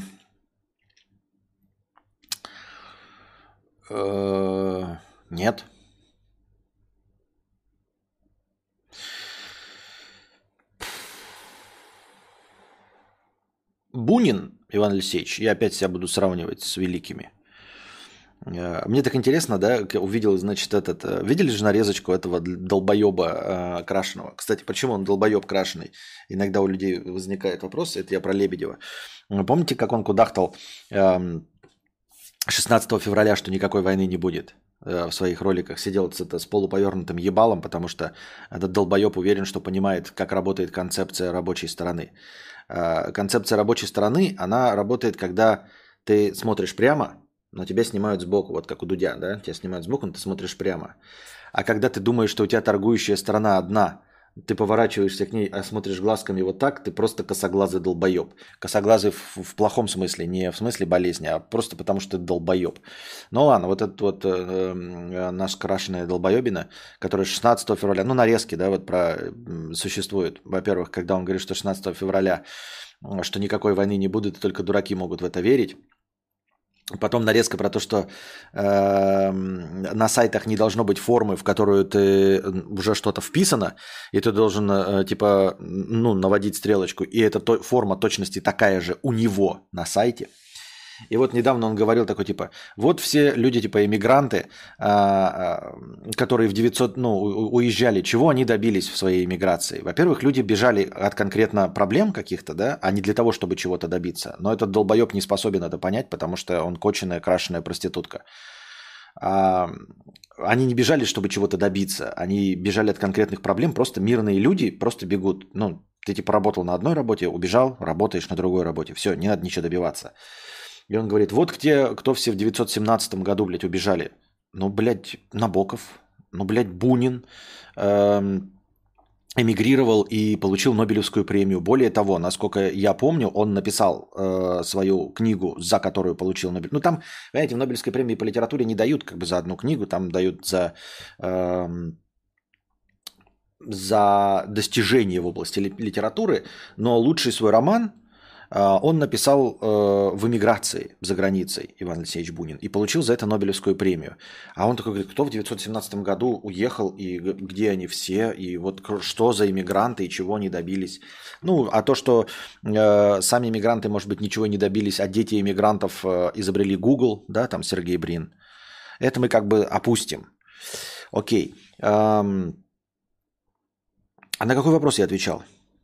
э, Нет. Бунин Иван Алексеевич, я опять себя буду сравнивать с великими. Э, Мне так интересно, да, как я увидел, значит, этот... э, Видели же нарезочку этого долбоеба э, крашеного? Кстати, почему он долбоеб крашеный? Иногда у людей возникает вопрос, это я про Лебедева. Э, Помните, как он кудахтал эм, шестнадцатого февраля, что никакой войны не будет? Э, В своих роликах сидел с, это, с полуповернутым ебалом, потому что этот долбоеб уверен, что понимает, как работает концепция рабочей стороны. Э, Концепция рабочей стороны, она работает, когда ты смотришь прямо, но тебя снимают сбоку, вот как у Дудя, да? Тебя снимают сбоку, но ты смотришь прямо. А когда ты думаешь, что у тебя торгующая сторона одна, ты поворачиваешься к ней, а смотришь глазками вот так, ты просто косоглазый долбоеб. Косоглазый в, в плохом смысле, не в смысле болезни, а просто потому, что ты долбоеб. Ну ладно, вот этот вот э, э, наш крашеная долбоебина, которая шестнадцатого февраля, ну нарезки, да, вот про м, существует. Во-первых, когда он говорит, что шестнадцатого февраля, э, что никакой войны не будет, и только дураки могут в это верить. Потом нарезка про то, что э, на сайтах не должно быть формы, в которую ты уже что-то вписано, и ты должен э, типа ну, наводить стрелочку, и эта то, форма точности такая же у него на сайте. И вот недавно он говорил такой, типа, вот все люди, типа, иммигранты, а, а, которые в девятьсот, ну, у- уезжали, чего они добились в своей иммиграции? Во-первых, люди бежали от конкретно проблем каких-то, да, а не для того, чтобы чего-то добиться. Но этот долбоеб не способен это понять, потому что он кочаная, крашеная проститутка. А, они не бежали, чтобы чего-то добиться. Они бежали от конкретных проблем. Просто мирные люди просто бегут. Ну, ты типа работал на одной работе, убежал, работаешь на другой работе. Все, не надо ничего добиваться. И он говорит, вот где, кто все в девятьсот семнадцатом году, блядь, убежали. Ну, блядь, Набоков, ну, блядь, Бунин эм, эмигрировал и получил Нобелевскую премию. Более того, насколько я помню, он написал э, свою книгу, за которую получил Нобель. Ну, там, понимаете, в Нобелевской премии по литературе не дают как бы за одну книгу, там дают за... эм, за достижение в области ли- литературы, но лучший свой роман а, он написал э, в эмиграции за границей, Иван Алексеевич Бунин, и получил за это Нобелевскую премию. А он такой говорит, кто в девятьсот семнадцатом году уехал, и г- где они все, и вот к- что за иммигранты, и чего они добились. Ну, а то, что э, сами иммигранты, может быть, ничего не добились, а дети иммигрантов э, изобрели Google, да, там Сергей Брин, это мы как бы опустим. Окей. Ам, А на какой вопрос я отвечал?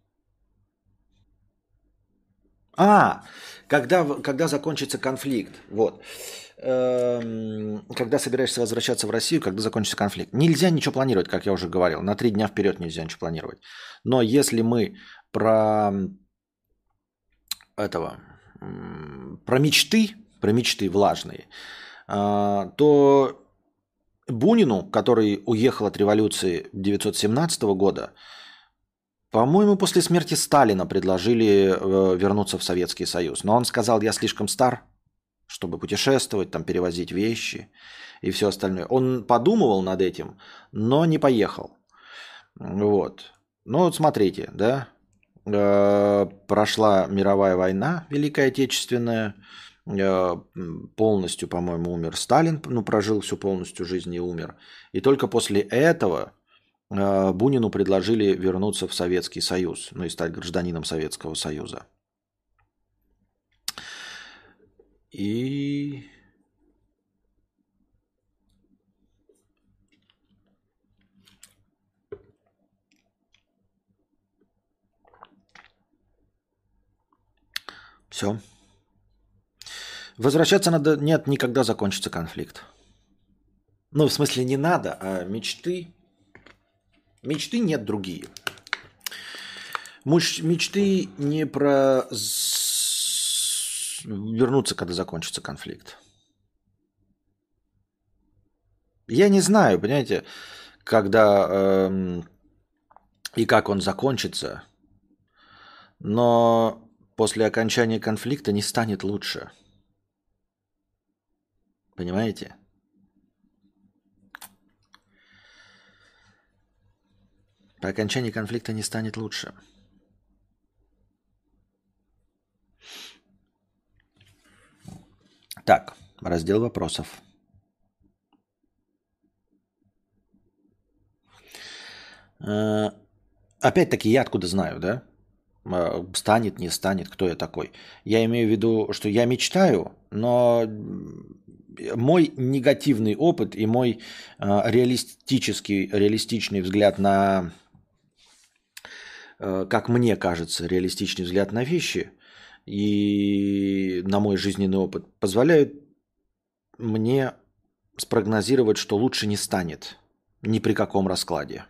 А, когда, в- когда закончится конфликт. Вот. Эм, Когда собираешься возвращаться в Россию, когда закончится конфликт. Нельзя ничего планировать, как я уже говорил. На три дня вперед нельзя ничего планировать. Но если мы про этого, м, про мечты, про мечты влажные, а, то Бунину, который уехал от революции девятьсот семнадцатого года, по-моему, после смерти Сталина предложили э, вернуться в Советский Союз. Но он сказал, я слишком стар, чтобы путешествовать, там, перевозить вещи и все остальное. Он подумывал над этим, но не поехал. Вот. Ну вот смотрите, да, Э, прошла мировая война, Великая Отечественная, э, м, полностью, по-моему, умер Сталин, ну, прожил всю полностью жизнь и умер. И только после этого э, Бунину предложили вернуться в Советский Союз, ну и стать гражданином Советского Союза. И все. Возвращаться надо... Нет, никогда закончится конфликт. Ну, в смысле, не надо, а мечты... Мечты нет другие. Муж- Мечты не про с- вернуться, когда закончится конфликт. Я не знаю, понимаете, когда эм, и как он закончится, но после окончания конфликта не станет лучше. Понимаете? По окончании конфликта не станет лучше. Так, раздел вопросов. Э, Опять-таки, я откуда знаю, да? Э, Станет, не станет, кто я такой. Я имею в виду, что я мечтаю, но м, мой негативный опыт и мой э, реалистический, реалистичный взгляд на, э, как мне кажется, реалистичный взгляд на вещи и на мой жизненный опыт позволяют мне спрогнозировать, что лучше не станет ни при каком раскладе.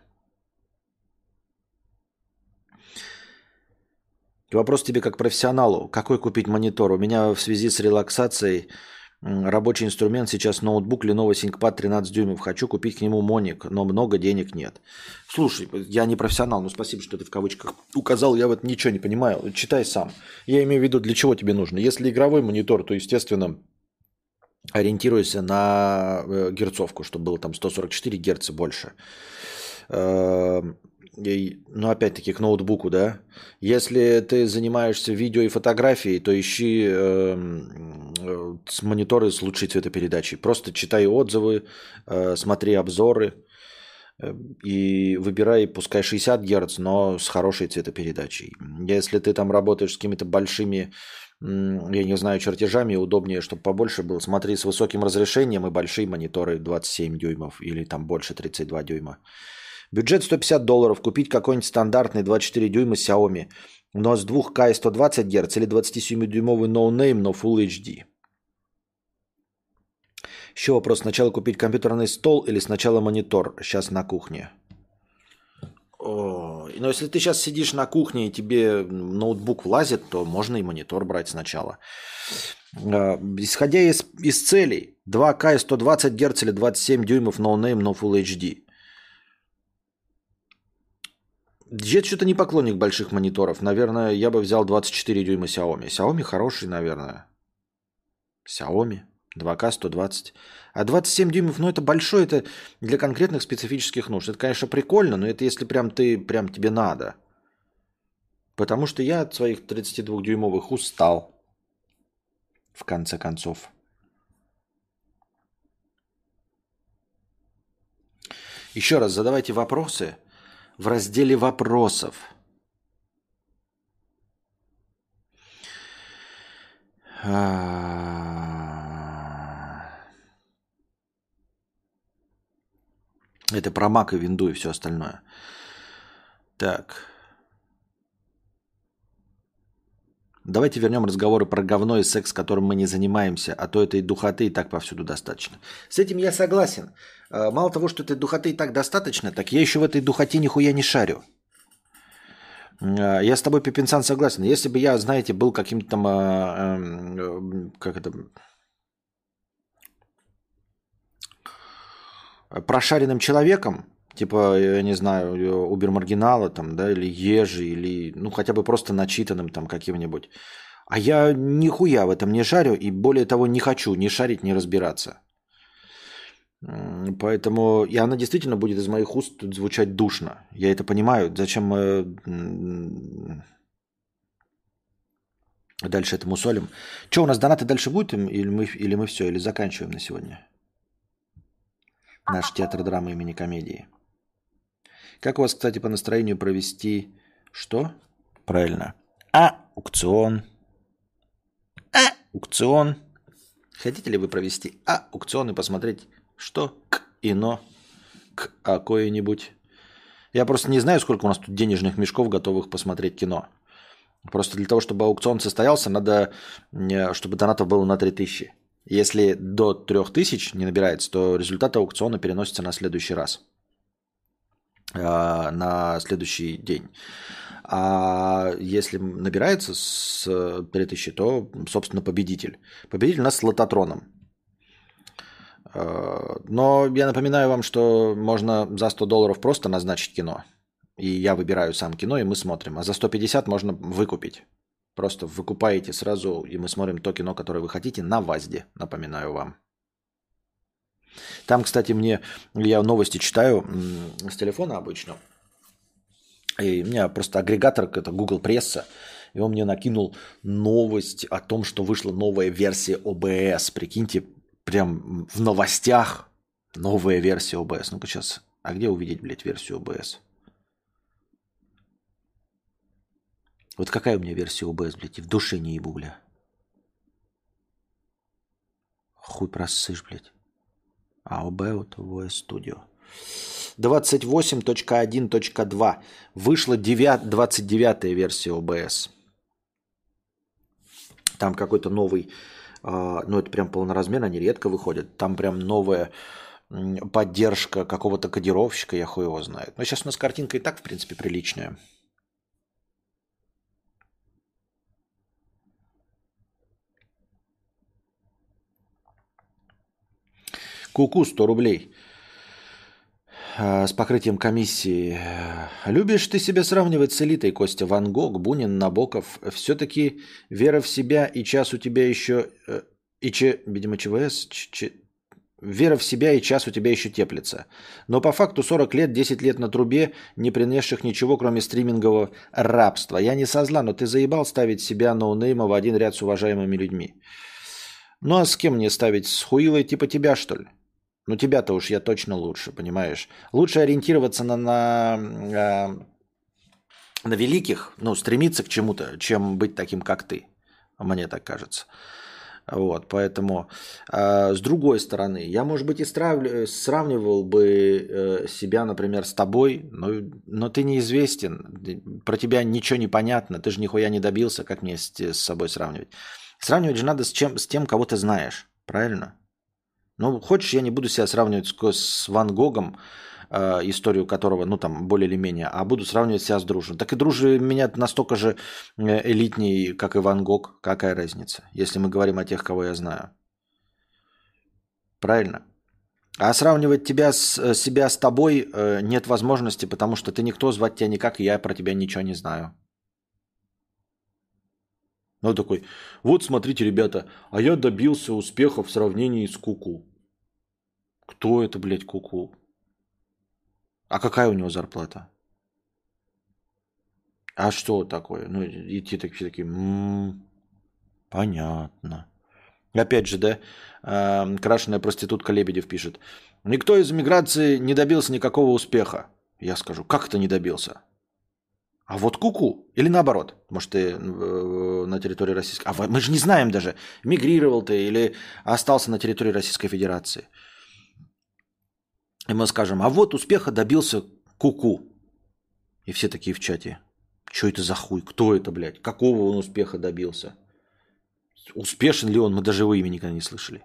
Вопрос тебе как профессионалу. Какой купить монитор? У меня в связи с релаксацией м, рабочий инструмент сейчас ноутбук Lenovo ThinkPad тринадцать дюймов. Хочу купить к нему моник, но много денег нет. Слушай, я не профессионал, но спасибо, что ты в кавычках указал. Я вот ничего не понимаю. Читай сам. Я имею в виду, для чего тебе нужно. Если игровой монитор, то, естественно, ориентируйся на э, герцовку, чтобы было там сто сорок четыре герца больше. Эм, и- Ну, опять-таки, к ноутбуку, да. Если ты занимаешься видео и фотографией, то ищи эм, э, с мониторы с лучшей цветопередачей. Просто читай отзывы, э, смотри обзоры э, и выбирай, пускай шестьдесят Гц, но с хорошей цветопередачей. Если ты там работаешь с какими-то большими, м, я не знаю, чертежами, удобнее, чтобы побольше было, смотри с высоким разрешением и большие мониторы двадцать семь дюймов или там больше тридцать два дюйма. Бюджет сто пятьдесят долларов. Купить какой-нибудь стандартный двадцать четыре дюйма Xiaomi, но с двух ка и сто двадцать Гц или двадцатисемидюймовый No Name, но Full эйч ди. Еще вопрос. Сначала купить компьютерный стол или сначала монитор? Сейчас на кухне. Ой, но если ты сейчас сидишь на кухне и тебе ноутбук влазит, то можно и монитор брать сначала. А, Исходя из, из целей, два ка и сто двадцать Гц или двадцать семь дюймов No Name, но Full эйч ди. Я что-то не поклонник больших мониторов. Наверное, я бы взял двадцать четыре дюйма Xiaomi. Xiaomi хороший, наверное. Xiaomi. два ка сто двадцать. А двадцать семь дюймов, ну это большой, это для конкретных специфических нужд. Это, конечно, прикольно, но это если прям ты, прям тебе надо. Потому что я от своих тридцатидвухдюймовых устал, в конце концов. Еще раз задавайте вопросы в разделе вопросов. А, Это про Mac и винду и все остальное. Так. Давайте вернем разговоры про говно и секс, которым мы не занимаемся, а то этой духоты и так повсюду достаточно. С этим я согласен. Мало того, что этой духоты и так достаточно, так я еще в этой духоте нихуя не шарю. Я с тобой, Пепенсан, согласен. Если бы я, знаете, был каким-то там, э, э, как это, прошаренным человеком, типа, я не знаю, Убер-маргинала там, да, или Ежи, или, ну, хотя бы просто начитанным там каким-нибудь. А я нихуя в этом не шарю, и более того, не хочу ни шарить, ни разбираться. Поэтому, и она действительно будет из моих уст тут звучать душно. Я это понимаю. Зачем мы дальше этому солим? Что, у нас донаты дальше будут, или мы, или мы все, или заканчиваем на сегодня? Наш театр драмы имени комедии. Как у вас, кстати, по настроению провести что? Правильно. Аукцион. Аукцион. Хотите ли вы провести аукцион и посмотреть, что к ино, к а кое-нибудь? Я просто не знаю, сколько у нас тут денежных мешков, готовых посмотреть кино. Просто для того, чтобы аукцион состоялся, надо, чтобы донатов было на три тысячи. Если до трех тысяч не набирается, то результат аукциона переносится на следующий раз. На следующий день. А если набирается с три тысячи, то, собственно, победитель. Победитель у нас с лототроном. Но я напоминаю вам, что можно за сто долларов просто назначить кино. И я выбираю сам кино, и мы смотрим. А за сто пятьдесят можно выкупить. Просто выкупаете сразу, и мы смотрим то кино, которое вы хотите, на ВАЗде, напоминаю вам. Там, кстати, мне, я новости читаю с телефона обычно. И у меня просто агрегатор, это Google Пресса, и он мне накинул новость о том, что вышла новая версия о бэ эс. Прикиньте, прям в новостях новая версия о бэ эс. Ну-ка сейчас, а где увидеть, блядь, версию о бэ эс? Вот какая у меня версия о бэ эс, блядь, и в душе не ебу, бля. Хуй просышь, блядь. А о бэ вот о эс Studio. двадцать восемь точка один точка два. Вышла двадцать девятая версия о бэ эс. Там какой-то новый, ну это прям полноразмерно, они редко выходят. Там прям новая поддержка какого-то кодировщика, я хуй его знает. Но сейчас у нас картинка и так, в принципе, приличная. Куку сто рублей. С покрытием комиссии. Любишь ты себя сравнивать с элитой, Костя? Ван Гог, Бунин, Набоков. Все-таки вера в себя и час у тебя еще... И че, видимо, ЧВС... Ч, вера в себя и час у тебя еще теплится. Но по факту сорок лет, десять лет на трубе, не принесших ничего, кроме стримингового рабства. Я не со зла, но ты заебал ставить себя ноунейма в один ряд с уважаемыми людьми. Ну а с кем мне ставить? С хуилой типа тебя, что ли? Ну, тебя-то уж я точно лучше, понимаешь? Лучше ориентироваться на, на, на великих, ну, стремиться к чему-то, чем быть таким, как ты. Мне так кажется. Вот, поэтому э, с другой стороны, я, может быть, и сравнивал, сравнивал бы э, себя, например, с тобой, но, но ты неизвестен, про тебя ничего не понятно, ты же нихуя не добился, как мне с, с собой сравнивать. Сравнивать же надо с, чем, с тем, кого ты знаешь, правильно? Ну, хочешь, я не буду себя сравнивать с, с Ван Гогом, э, историю которого, ну, там, более или менее, а буду сравнивать себя с Дружиным. Так и Дружи меня настолько же элитней, как и Ван Гог. Какая разница, если мы говорим о тех, кого я знаю? Правильно? А сравнивать тебя с, себя с тобой э, нет возможности, потому что ты никто, звать тебя никак, и я про тебя ничего не знаю. Ну, такой, вот смотрите, ребята, а я добился успеха в сравнении с Куку. Кто это, блядь, Куку? А какая у него зарплата? А что такое? Ну, идти такие, такие, м-м, понятно. Опять же, да, э, крашеная проститутка Лебедев пишет. Никто из эмиграции не добился никакого успеха. Я скажу, как это не добился? А вот Куку. Или наоборот. Может, ты э, на территории Российской... А мы же не знаем даже, мигрировал ты или остался на территории Российской Федерации. И мы скажем, а вот успеха добился Куку. И все такие в чате. Что это за хуй? Кто это, блядь? Какого он успеха добился? Успешен ли он? Мы даже его имя никогда не слышали.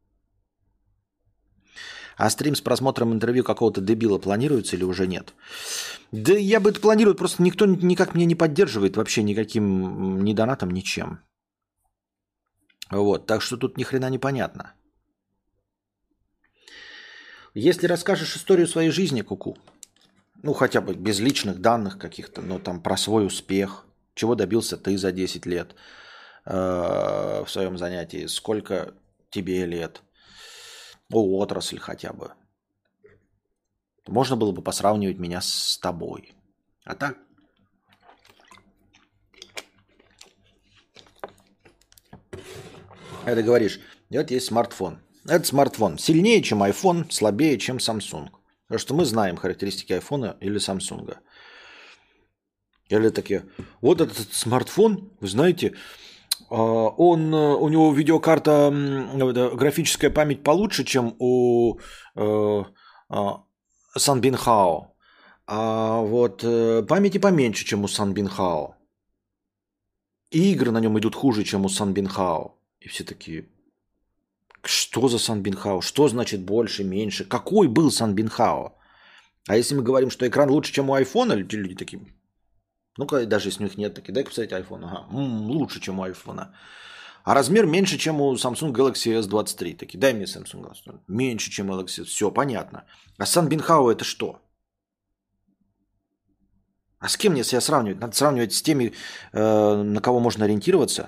А стрим с просмотром интервью какого-то дебила планируется или уже нет? Да я бы это планирую, просто никто никак меня не поддерживает вообще никаким ни донатом, ничем. Вот, так что тут ни хрена не понятно. Если расскажешь историю своей жизни, Куку, ну хотя бы без личных данных каких-то, но там про свой успех, чего добился ты за десять лет э, в своем занятии, сколько тебе лет, о, отрасль хотя бы. Можно было бы посравнивать меня с тобой. А так? А ты говоришь, вот есть смартфон. Этот смартфон сильнее, чем iPhone, слабее, чем Samsung. Потому что мы знаем характеристики iPhone или Samsung. Или такие, вот этот смартфон, вы знаете, он, у него видеокарта, графическая память получше, чем у Санбинхао. А вот памяти поменьше, чем у Санбинхао. И игры на нем идут хуже, чем у Санбинхао. И все такие, что за Санбинхао? Что значит больше, меньше? Какой был Санбинхао? А если мы говорим, что экран лучше, чем у айфона, люди такие, ну-ка, даже если у них нет, такие, дай-ка посмотреть iPhone. Ага, м-м, лучше, чем у айфона. А размер меньше, чем у Samsung Galaxy эс двадцать три. Такие, дай мне Samsung Galaxy. Меньше, чем Galaxy. Все, понятно. А Санбинхао это что? А с кем мне себя сравнивать? Надо сравнивать с теми, э, на кого можно ориентироваться.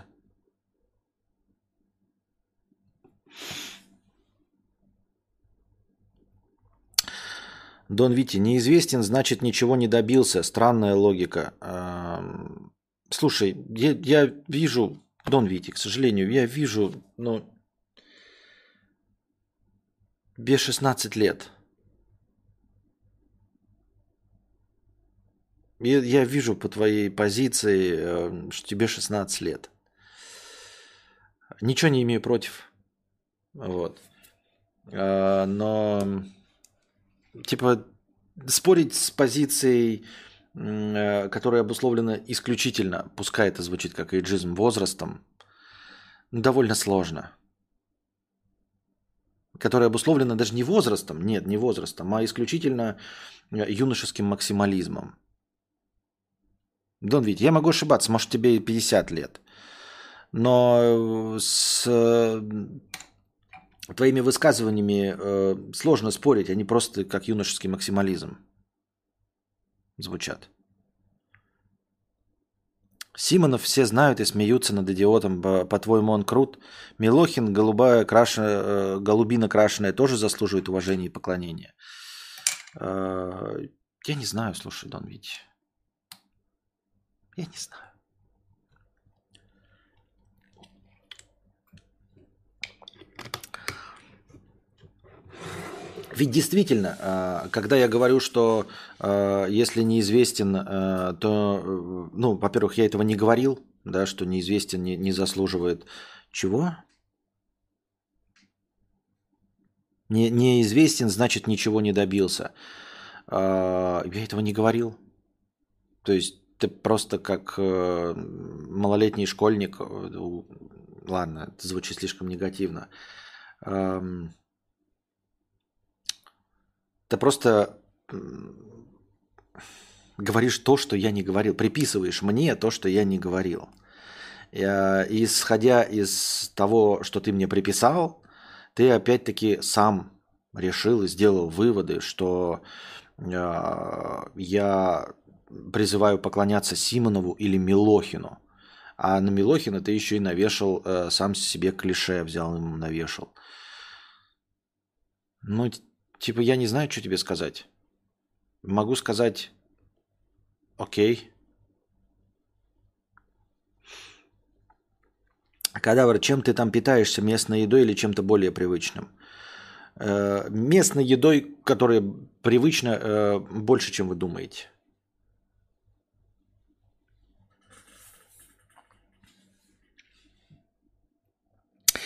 Дон Вити, неизвестен, значит, ничего не добился. Странная логика. Эм, Слушай, я, я вижу, Дон Вити, к сожалению, я вижу, ну, без шестнадцать лет. Я, я вижу по твоей позиции, э, что тебе шестнадцать лет. Ничего не имею против. Вот. Э, Но, типа, спорить с позицией, м, э, которая обусловлена исключительно, пускай это звучит как эйджизм, возрастом, ну, довольно сложно. Которая обусловлена даже не возрастом, нет, не возрастом, а исключительно э, юношеским максимализмом. Дон Вить, я могу ошибаться, может тебе и пятьдесят лет, но с э, твоими высказываниями э, сложно спорить, они просто как юношеский максимализм звучат. Симонов все знают и смеются над идиотом. По- По-твоему, он крут? Милохин, голубая, краша, э, голубина крашеная, тоже заслуживает уважения и поклонения. Э, Я не знаю, слушай, Дон Вить. Я не знаю. Ведь действительно, э, когда я говорю, что э, если неизвестен, э, то, э, ну, во-первых, я этого не говорил, да, что неизвестен не, не заслуживает чего? Не, неизвестен, значит, ничего не добился. Э, Я этого не говорил. То есть ты просто как э, малолетний школьник, э, у- ладно, это звучит слишком негативно. Эм, Ты просто м, говоришь то, что я не говорил, приписываешь мне то, что я не говорил. Я, исходя из того, что ты мне приписал, ты опять-таки сам решил и сделал выводы, что э, я призываю поклоняться Симонову или Милохину. А на Милохина ты еще и навешал, э, сам себе клише взял, ему навешал. Ну, т- типа, я не знаю, что тебе сказать. Могу сказать, окей. Кадавр, чем ты там питаешься, местной едой или чем-то более привычным? Э, местной едой, которая привычна э, больше, чем вы думаете.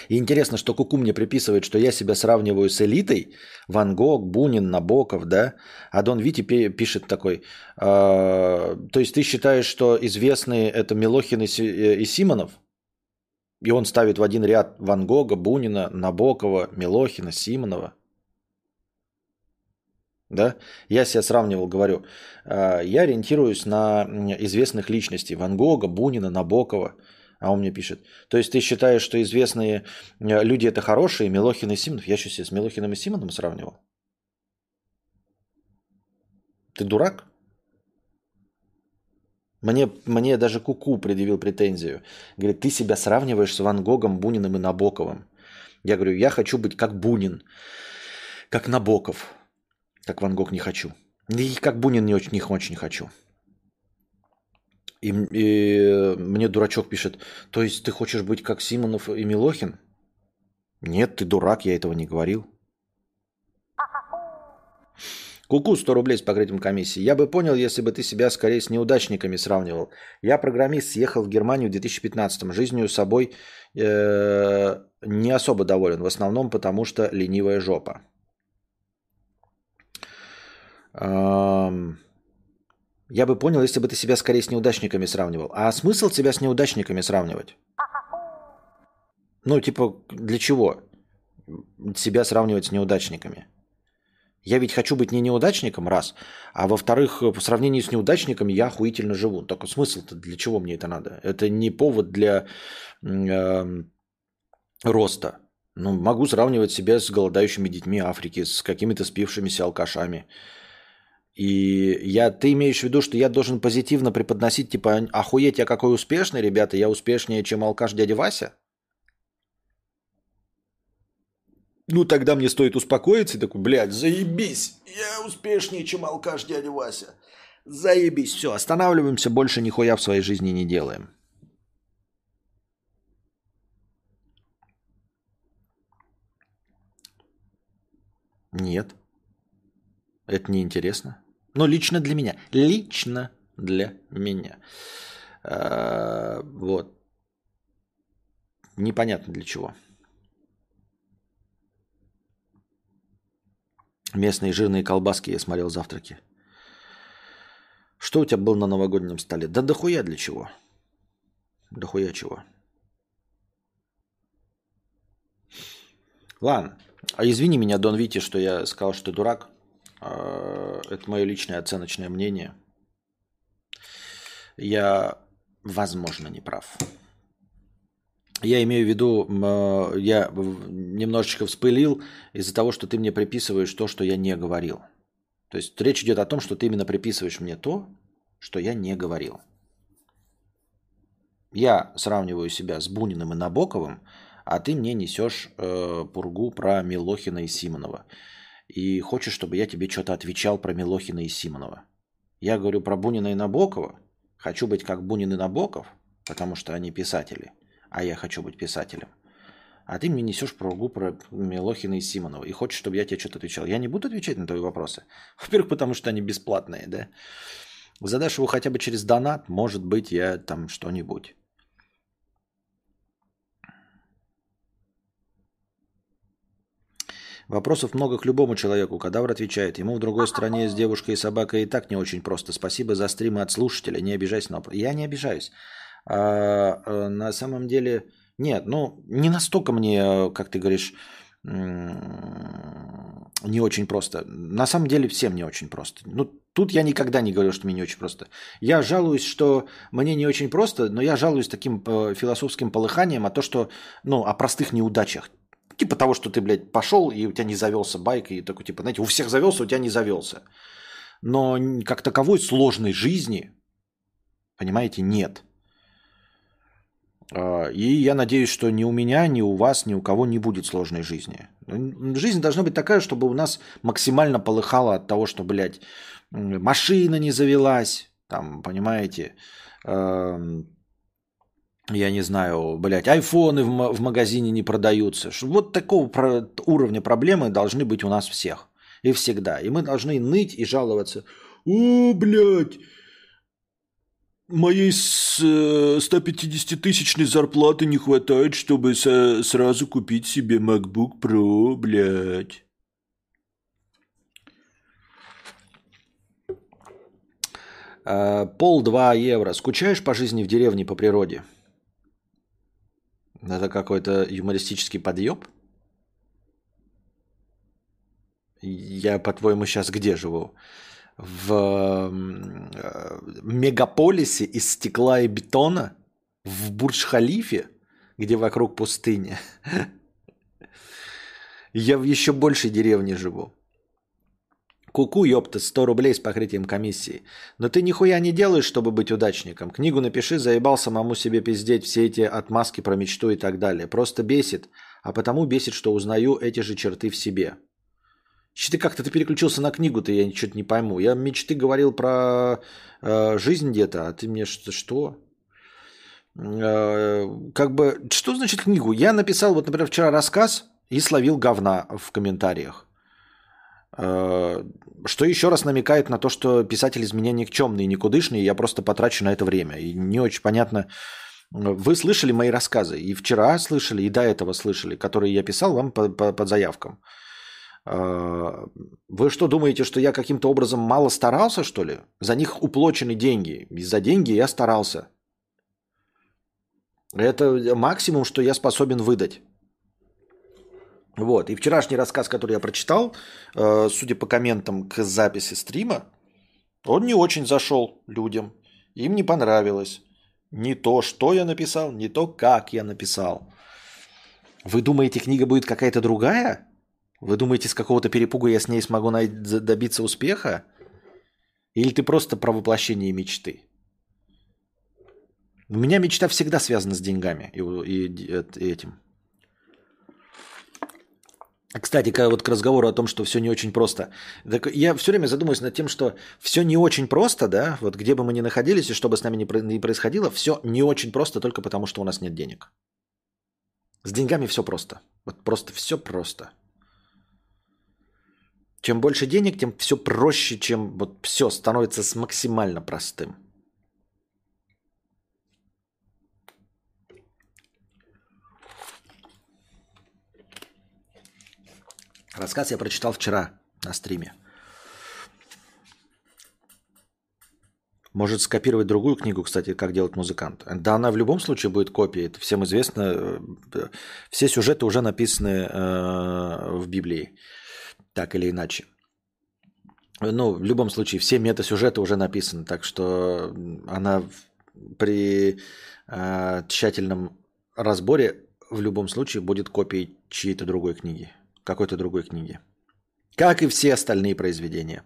И интересно, что Куку мне приписывает, что я себя сравниваю с элитой. Ван Гог, Бунин, Набоков, да? А Дон Вити пишет такой. Э, то есть ты считаешь, что известные это Милохин и, и Симонов? И он ставит в один ряд Ван Гога, Бунина, Набокова, Милохина, Симонова. Да? Я себя сравнивал, говорю. Э, я ориентируюсь на известных личностей. Ван Гога, Бунина, Набокова. А он мне пишет. То есть ты считаешь, что известные люди это хорошие, Милохин и Симонов? Я что себе с Милохиным и Симоновым сравнивал? Ты дурак? Мне, мне даже Куку предъявил претензию. Говорит, ты себя сравниваешь с Ван Гогом, Буниным и Набоковым. Я говорю, я хочу быть как Бунин, как Набоков. Как Ван Гог не хочу. И как Бунин не очень, не очень хочу. И, и мне дурачок пишет, то есть ты хочешь быть как Симонов и Милохин? Нет, ты дурак, я этого не говорил. Куку сто рублей с покрытием комиссии. Я бы понял, если бы ты себя скорее с неудачниками сравнивал. Я программист, съехал в Германию в две тысячи пятнадцатом. Жизнью собой э, не особо доволен. В основном потому, что ленивая жопа. Эм... Я бы понял, если бы ты себя скорее с неудачниками сравнивал. А смысл себя с неудачниками сравнивать? Ну, типа, для чего себя сравнивать с неудачниками? Я ведь хочу быть не неудачником, раз. А во-вторых, по сравнению с неудачниками я охуительно живу. Так смысл-то для чего мне это надо? Это не повод для э, роста. Ну, могу сравнивать себя с голодающими детьми Африки, с какими-то спившимися алкашами. И я, ты имеешь в виду, что я должен позитивно преподносить, типа, охуеть, я какой успешный, ребята, я успешнее, чем алкаш дядя Вася? Ну, тогда мне стоит успокоиться и такой, блядь, заебись, я успешнее, чем алкаш дядя Вася. Заебись, все, останавливаемся, больше нихуя в своей жизни не делаем. Нет, это неинтересно. Ну, лично для меня. Лично для меня. А, вот. Непонятно для чего. Местные жирные колбаски я смотрел завтраки. Что у тебя было на новогоднем столе? Да дохуя для чего? Дохуя чего? Ладно. А извини меня, Дон Вити, что я сказал, что ты дурак. Это мое личное оценочное мнение. Я, возможно, не прав. Я имею в виду, я немножечко вспылил из-за того, что ты мне приписываешь то, что я не говорил. То есть речь идет о том, что ты именно приписываешь мне то, что я не говорил. Я сравниваю себя с Буниным и Набоковым, а ты мне несешь э, пургу про Милохина и Симонова. И хочешь, чтобы я тебе что-то отвечал про Милохина и Симонова. Я говорю про Бунина и Набокова. Хочу быть как Бунин и Набоков, потому что они писатели. А я хочу быть писателем. А ты мне несешь пургу про Милохина и Симонова. И хочешь, чтобы я тебе что-то отвечал. Я не буду отвечать на твои вопросы. Во-первых, потому что они бесплатные, да? Задашь его хотя бы через донат, может быть, я там что-нибудь. Вопросов много к любому человеку. Кадавр отвечает. Ему в другой стране с девушкой и собакой и так не очень просто. Спасибо за стримы от слушателя. Не обижайся на вопрос. Я не обижаюсь. А, а, на самом деле... Нет, ну, не настолько мне, как ты говоришь, не очень просто. На самом деле всем не очень просто. Ну, тут я никогда не говорю, что мне не очень просто. Я жалуюсь, что мне не очень просто, но я жалуюсь таким философским полыханием о том, что, ну, о простых неудачах. Типа того, что ты, блядь, пошел, и у тебя не завелся байк, и такой, типа, знаете, у всех завелся, у тебя не завелся. Но как таковой сложной жизни, понимаете, нет. И я надеюсь, что ни у меня, ни у вас, ни у кого не будет сложной жизни. Жизнь должна быть такая, чтобы у нас максимально полыхало от того, что, блядь, машина не завелась, там, понимаете, я не знаю, блядь, айфоны в магазине не продаются. Вот такого уровня проблемы должны быть у нас всех. И всегда. И мы должны ныть и жаловаться. О, блядь, моей сто пятидесятитысячной зарплаты не хватает, чтобы со- сразу купить себе MacBook Pro, блядь. А, пол два евро. Скучаешь по жизни в деревне, по природе? Это какой-то юмористический подъеб? Я, по-твоему, сейчас где живу? В э, мегаполисе из стекла и бетона? В Бурдж-Халифе, где вокруг пустыня? Я в еще большей деревне живу. Ку-ку, ёпта, сто рублей с покрытием комиссии. Но ты нихуя не делаешь, чтобы быть удачником. Книгу напиши, заебал самому себе пиздеть все эти отмазки про мечту и так далее. Просто бесит. А потому бесит, что узнаю эти же черты в себе. Че ты как-то ты переключился на книгу-то, я что-то не пойму. Я мечты говорил про э, жизнь где-то, а ты мне что? что? Э, как бы, что значит книгу? Я написал, вот, например, вчера рассказ и словил говна в комментариях. Э, что еще раз намекает на то, что писатель из меня никчемный и никудышный, и я просто потрачу на это время. И не очень понятно. Вы слышали мои рассказы, и вчера слышали, и до этого слышали, которые я писал вам по, по, под заявкам. Вы что, думаете, что я каким-то образом мало старался, что ли? За них уплочены деньги. И за деньги я старался. Это максимум, что я способен выдать. Вот. И вчерашний рассказ, который я прочитал, судя по комментам к записи стрима, он не очень зашел людям. Им не понравилось. Не то, что я написал, не то, как я написал. Вы думаете, книга будет какая-то другая? Вы думаете, с какого-то перепуга я с ней смогу добиться успеха? Или ты просто про воплощение мечты? У меня мечта всегда связана с деньгами и, и, и этим. Кстати, вот к разговору о том, что все не очень просто. Так я все время задумываюсь над тем, что все не очень просто, да, вот где бы мы ни находились и что бы с нами ни происходило, все не очень просто только потому, что у нас нет денег. С деньгами все просто. Вот просто все просто. Чем больше денег, тем все проще, чем вот все становится с максимально простым. Рассказ я прочитал вчера на стриме. Может скопировать другую книгу, кстати, «Как делать музыкант». Да, она в любом случае будет копией. Это всем известно. Все сюжеты уже написаны э, в Библии. Так или иначе. Ну, в любом случае, все метасюжеты уже написаны. Так что она при э, тщательном разборе в любом случае будет копией чьей-то другой книги. Какой-то другой книги. Как и все остальные произведения.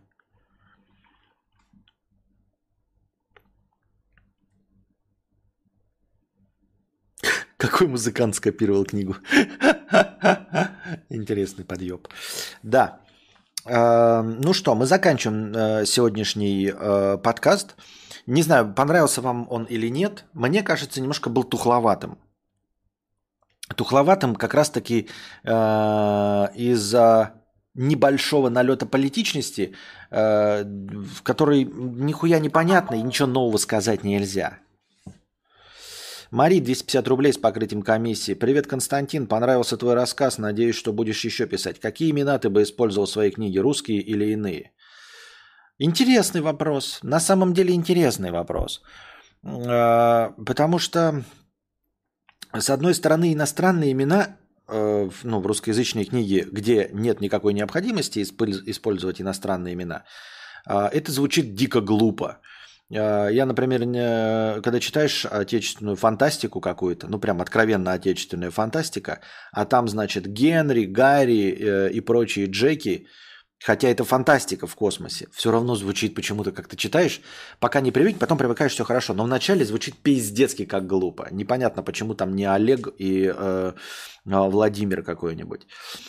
Какой музыкант скопировал книгу? Интересный подъеб. Да. Ну что, мы заканчиваем сегодняшний подкаст. Не знаю, понравился вам он или нет. Мне кажется, немножко был тухловатым. Тухловатым как раз-таки из-за небольшого налета политичности, в которой нихуя непонятно и ничего нового сказать нельзя. Мари, двести пятьдесят рублей с покрытием комиссии. Привет, Константин. Понравился твой рассказ. Надеюсь, что будешь еще писать. Какие имена ты бы использовал в своей книге? Русские или иные? Интересный вопрос. На самом деле интересный вопрос. Потому что, с одной стороны, иностранные имена, ну, в русскоязычной книге, где нет никакой необходимости использовать иностранные имена, это звучит дико глупо. Я, например, когда читаешь отечественную фантастику какую-то, ну прям откровенно отечественная фантастика, а там, значит, Генри, Гарри и прочие Джеки, хотя это фантастика в космосе, все равно звучит почему-то, как ты читаешь, пока не привыкнешь, потом привыкаешь, все хорошо, но вначале звучит пиздецки как глупо. Непонятно, почему там не Олег и э, Владимир какой-нибудь.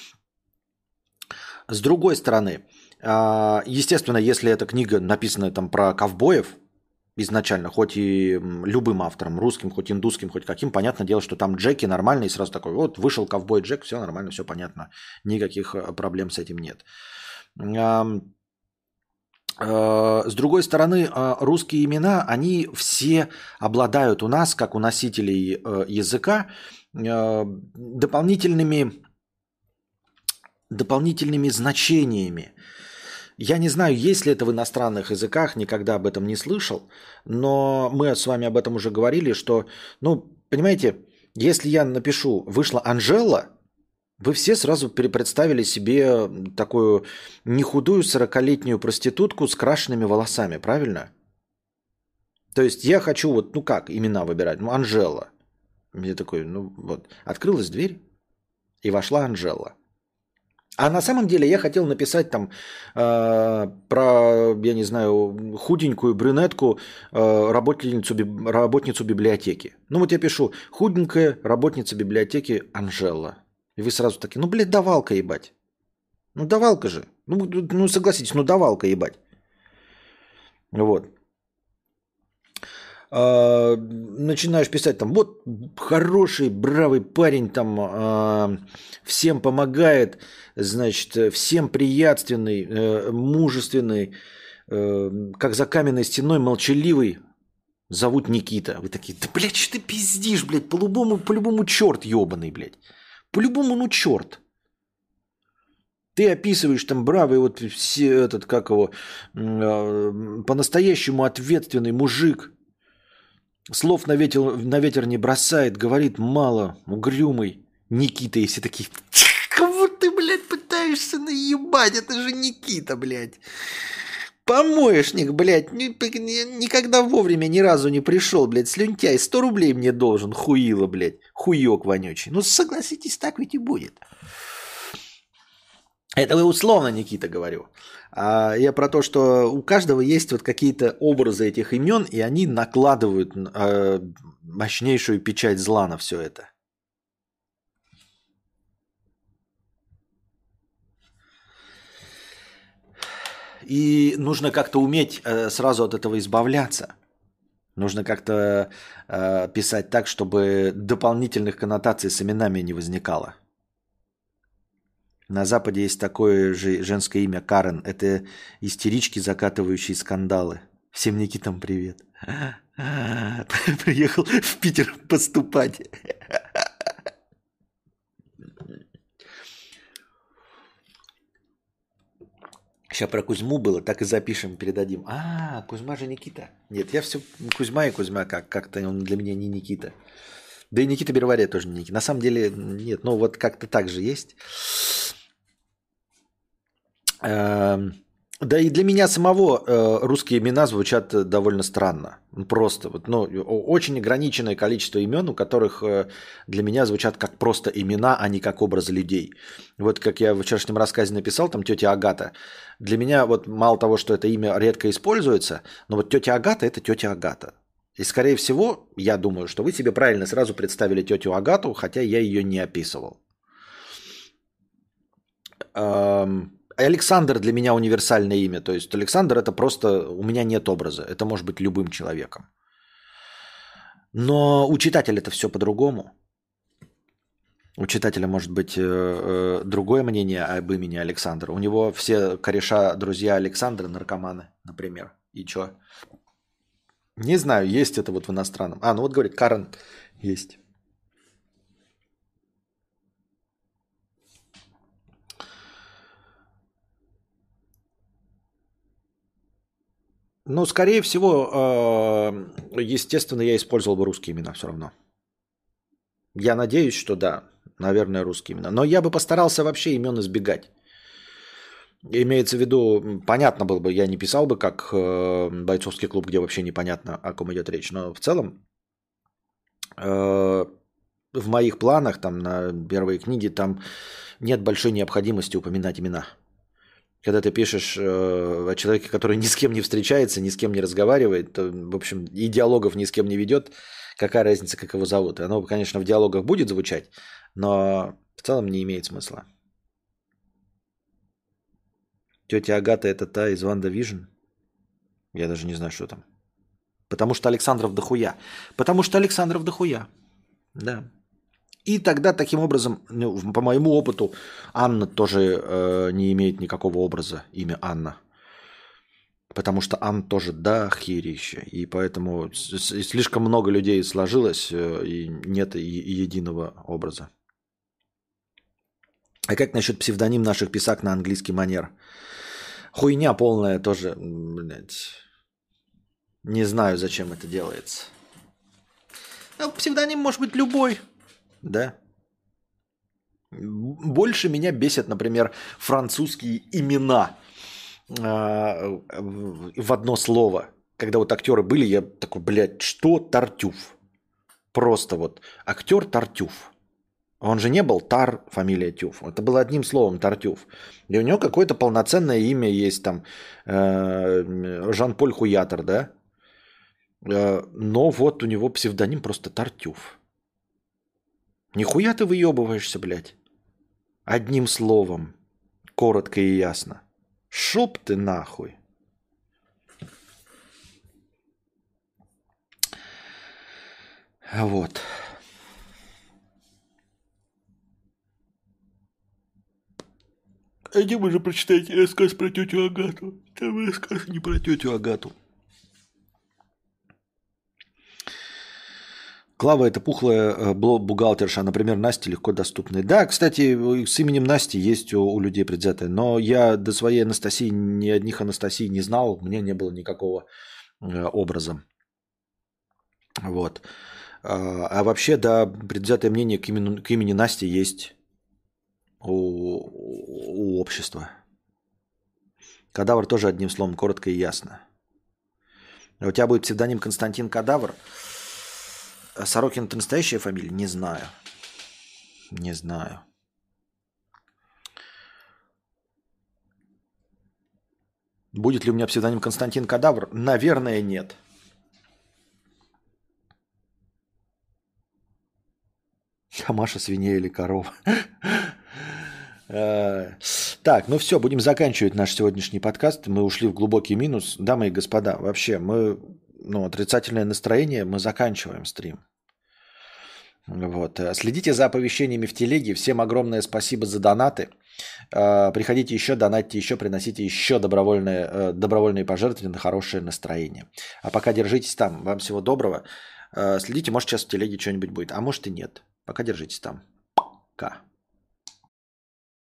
С другой стороны, э, естественно, если эта книга написана там про ковбоев, изначально, хоть и любым автором, русским, хоть индусским, хоть каким, понятное дело, что там Джеки нормальный, и сразу такой, вот вышел ковбой Джек, все нормально, все понятно, никаких проблем с этим нет. Э, С другой стороны, э, русские имена, они все обладают у нас, как у носителей э, языка, э, дополнительными, дополнительными значениями. Я не знаю, есть ли это в иностранных языках, никогда об этом не слышал, но мы с вами об этом уже говорили, что, ну, понимаете, если я напишу «вышла Анжела», вы все сразу представили себе такую нехудую сорокалетнюю проститутку с крашенными волосами, правильно? То есть я хочу вот, ну как, имена выбирать, ну, Анжела. Мне такой, ну вот, открылась дверь, и вошла Анжела. А на самом деле я хотел написать там э, про, я не знаю, худенькую брюнетку, э, работницу, биб- работницу библиотеки. Ну вот я пишу худенькая работница библиотеки Анжела. И вы сразу такие, ну, блядь, давалка ебать. Ну, давалка же. Ну, ну согласитесь, ну, давалка ебать. Вот. А, начинаешь писать там, вот хороший, бравый парень, там а, всем помогает, значит, всем приятственный, э, мужественный, э, как за каменной стеной, молчаливый, зовут Никита. Вы такие, да, блядь, что ты пиздишь, блядь, по-любому, по-любому черт ебаный, блядь. По-любому, ну черт. Ты описываешь там бравый, вот все этот, как его, э, по-настоящему ответственный мужик, слов на ветер, на ветер не бросает, говорит мало, угрюмый. Никита, и все такие, кого ты, блядь, пытаешься наебать? Это же Никита, блядь. Помоечник, блядь, ни- ни- никогда вовремя ни разу не пришел, блядь, слюнтяй, сто рублей мне должен, хуило, блядь, хуёк вонючий. Ну, согласитесь, так ведь и будет. Это вы условно, Никита, говорю. А я про то, что у каждого есть вот какие-то образы этих имен, и они накладывают э, мощнейшую печать зла на все это. И нужно как-то уметь э, сразу от этого избавляться. Нужно как-то э, писать так, чтобы дополнительных коннотаций с именами не возникало. На Западе есть такое же женское имя Карен. Это истерички, закатывающие скандалы. Всем Никитам привет. Приехал в Питер поступать. Сейчас про Кузьму было, так и запишем, передадим. А, Кузьма же Никита. Нет, я все Кузьма и Кузьма, как, как-то он для меня не Никита. Да и Никита Бервария тоже не Никита. На самом деле, нет, ну вот как-то так же есть. Эм, Да и для меня самого э, русские имена звучат э, довольно странно. Ну, просто вот, ну, о- очень ограниченное количество имен, у которых э, для меня звучат как просто имена, а не как образы людей. Вот как я в вчерашнем рассказе написал, там тетя Агата. Для меня вот мало того, что это имя редко используется, но вот тетя Агата – это тетя Агата. И, скорее всего, я думаю, что вы себе правильно сразу представили тетю Агату, хотя я ее не описывал. Ам, Александр для меня универсальное имя. То есть Александр это просто... У меня нет образа. Это может быть любым человеком. Но у читателя это все по-другому. У читателя может быть э, э, другое мнение об имени Александр. У него все кореша, друзья Александра, наркоманы, например. И чё? Не знаю, есть это вот в иностранном. А, ну вот говорит, Карен есть. Ну, скорее всего, э, естественно, я использовал бы русские имена все равно. Я надеюсь, что да, наверное, русские имена. Но я бы постарался вообще имен избегать. Имеется в виду, м, понятно было бы, я не писал бы, как э, бойцовский клуб, где вообще непонятно, о ком идет речь. Но в целом, э, в моих планах, там, на первые книги, там нет большой необходимости упоминать имена. Когда ты пишешь э, о человеке, который ни с кем не встречается, ни с кем не разговаривает, то, в общем, и диалогов ни с кем не ведет, какая разница, как его зовут. И оно, конечно, в диалогах будет звучать, но в целом не имеет смысла. Тетя Агата это та из Ванда Вижн? Я даже не знаю, что там. Потому что Александров дохуя. Потому что Александров дохуя. Да. И тогда таким образом, ну, по моему опыту, Анна тоже э, не имеет никакого образа, имя Анна. Потому что Ан тоже дохерища. И поэтому слишком много людей сложилось, и нет единого образа. А как насчет псевдоним наших писак на английский манер? Хуйня полная тоже, блядь. Не знаю, зачем это делается. Ну, псевдоним может быть любой, да? Больше меня бесят, например, французские имена э, в одно слово. Когда вот актеры были, я такой, блядь, что Тартюф? Просто вот актер Тартюф. Он же не был Тар, фамилия Тюф. Это было одним словом Тартюф. И у него какое-то полноценное имя есть там. Э, Жан-Поль Хуятор, да? Э, но вот у него псевдоним просто Тартюф. Нихуя ты выебываешься, блядь. Одним словом. Коротко и ясно. Шоп ты нахуй. Вот. А где можно прочитать рассказ про тетю Агату? Там рассказ не про тетю Агату. Клава – это пухлая бухгалтерша, например, Настя легко доступная. Да, кстати, с именем Насти есть у, у людей предвзятое, но я до своей Анастасии ни одних Анастасий не знал, у меня не было никакого э, образа. Вот. А, а вообще, да, предвзятое мнение к имени, к имени Насти есть у, у общества. Кадавр тоже одним словом, коротко и ясно. А у тебя будет псевдоним Константин Кадавр. Сорокин – это настоящая фамилия? Не знаю. Не знаю. Будет ли у меня псевдоним Константин Кадавр? Наверное, нет. А Маша свинья или корова? Так, ну все, будем заканчивать наш сегодняшний подкаст. Мы ушли в глубокий минус. Дамы и господа, вообще, мы, ну, отрицательное настроение, мы заканчиваем стрим. Вот. Следите за оповещениями в телеге. Всем огромное спасибо за донаты. Приходите еще, донатьте еще, приносите еще добровольные, добровольные пожертвования на хорошее настроение. А пока держитесь там. Вам всего доброго. Следите, может сейчас в телеге что-нибудь будет, а может и нет. Пока держитесь там. Пока.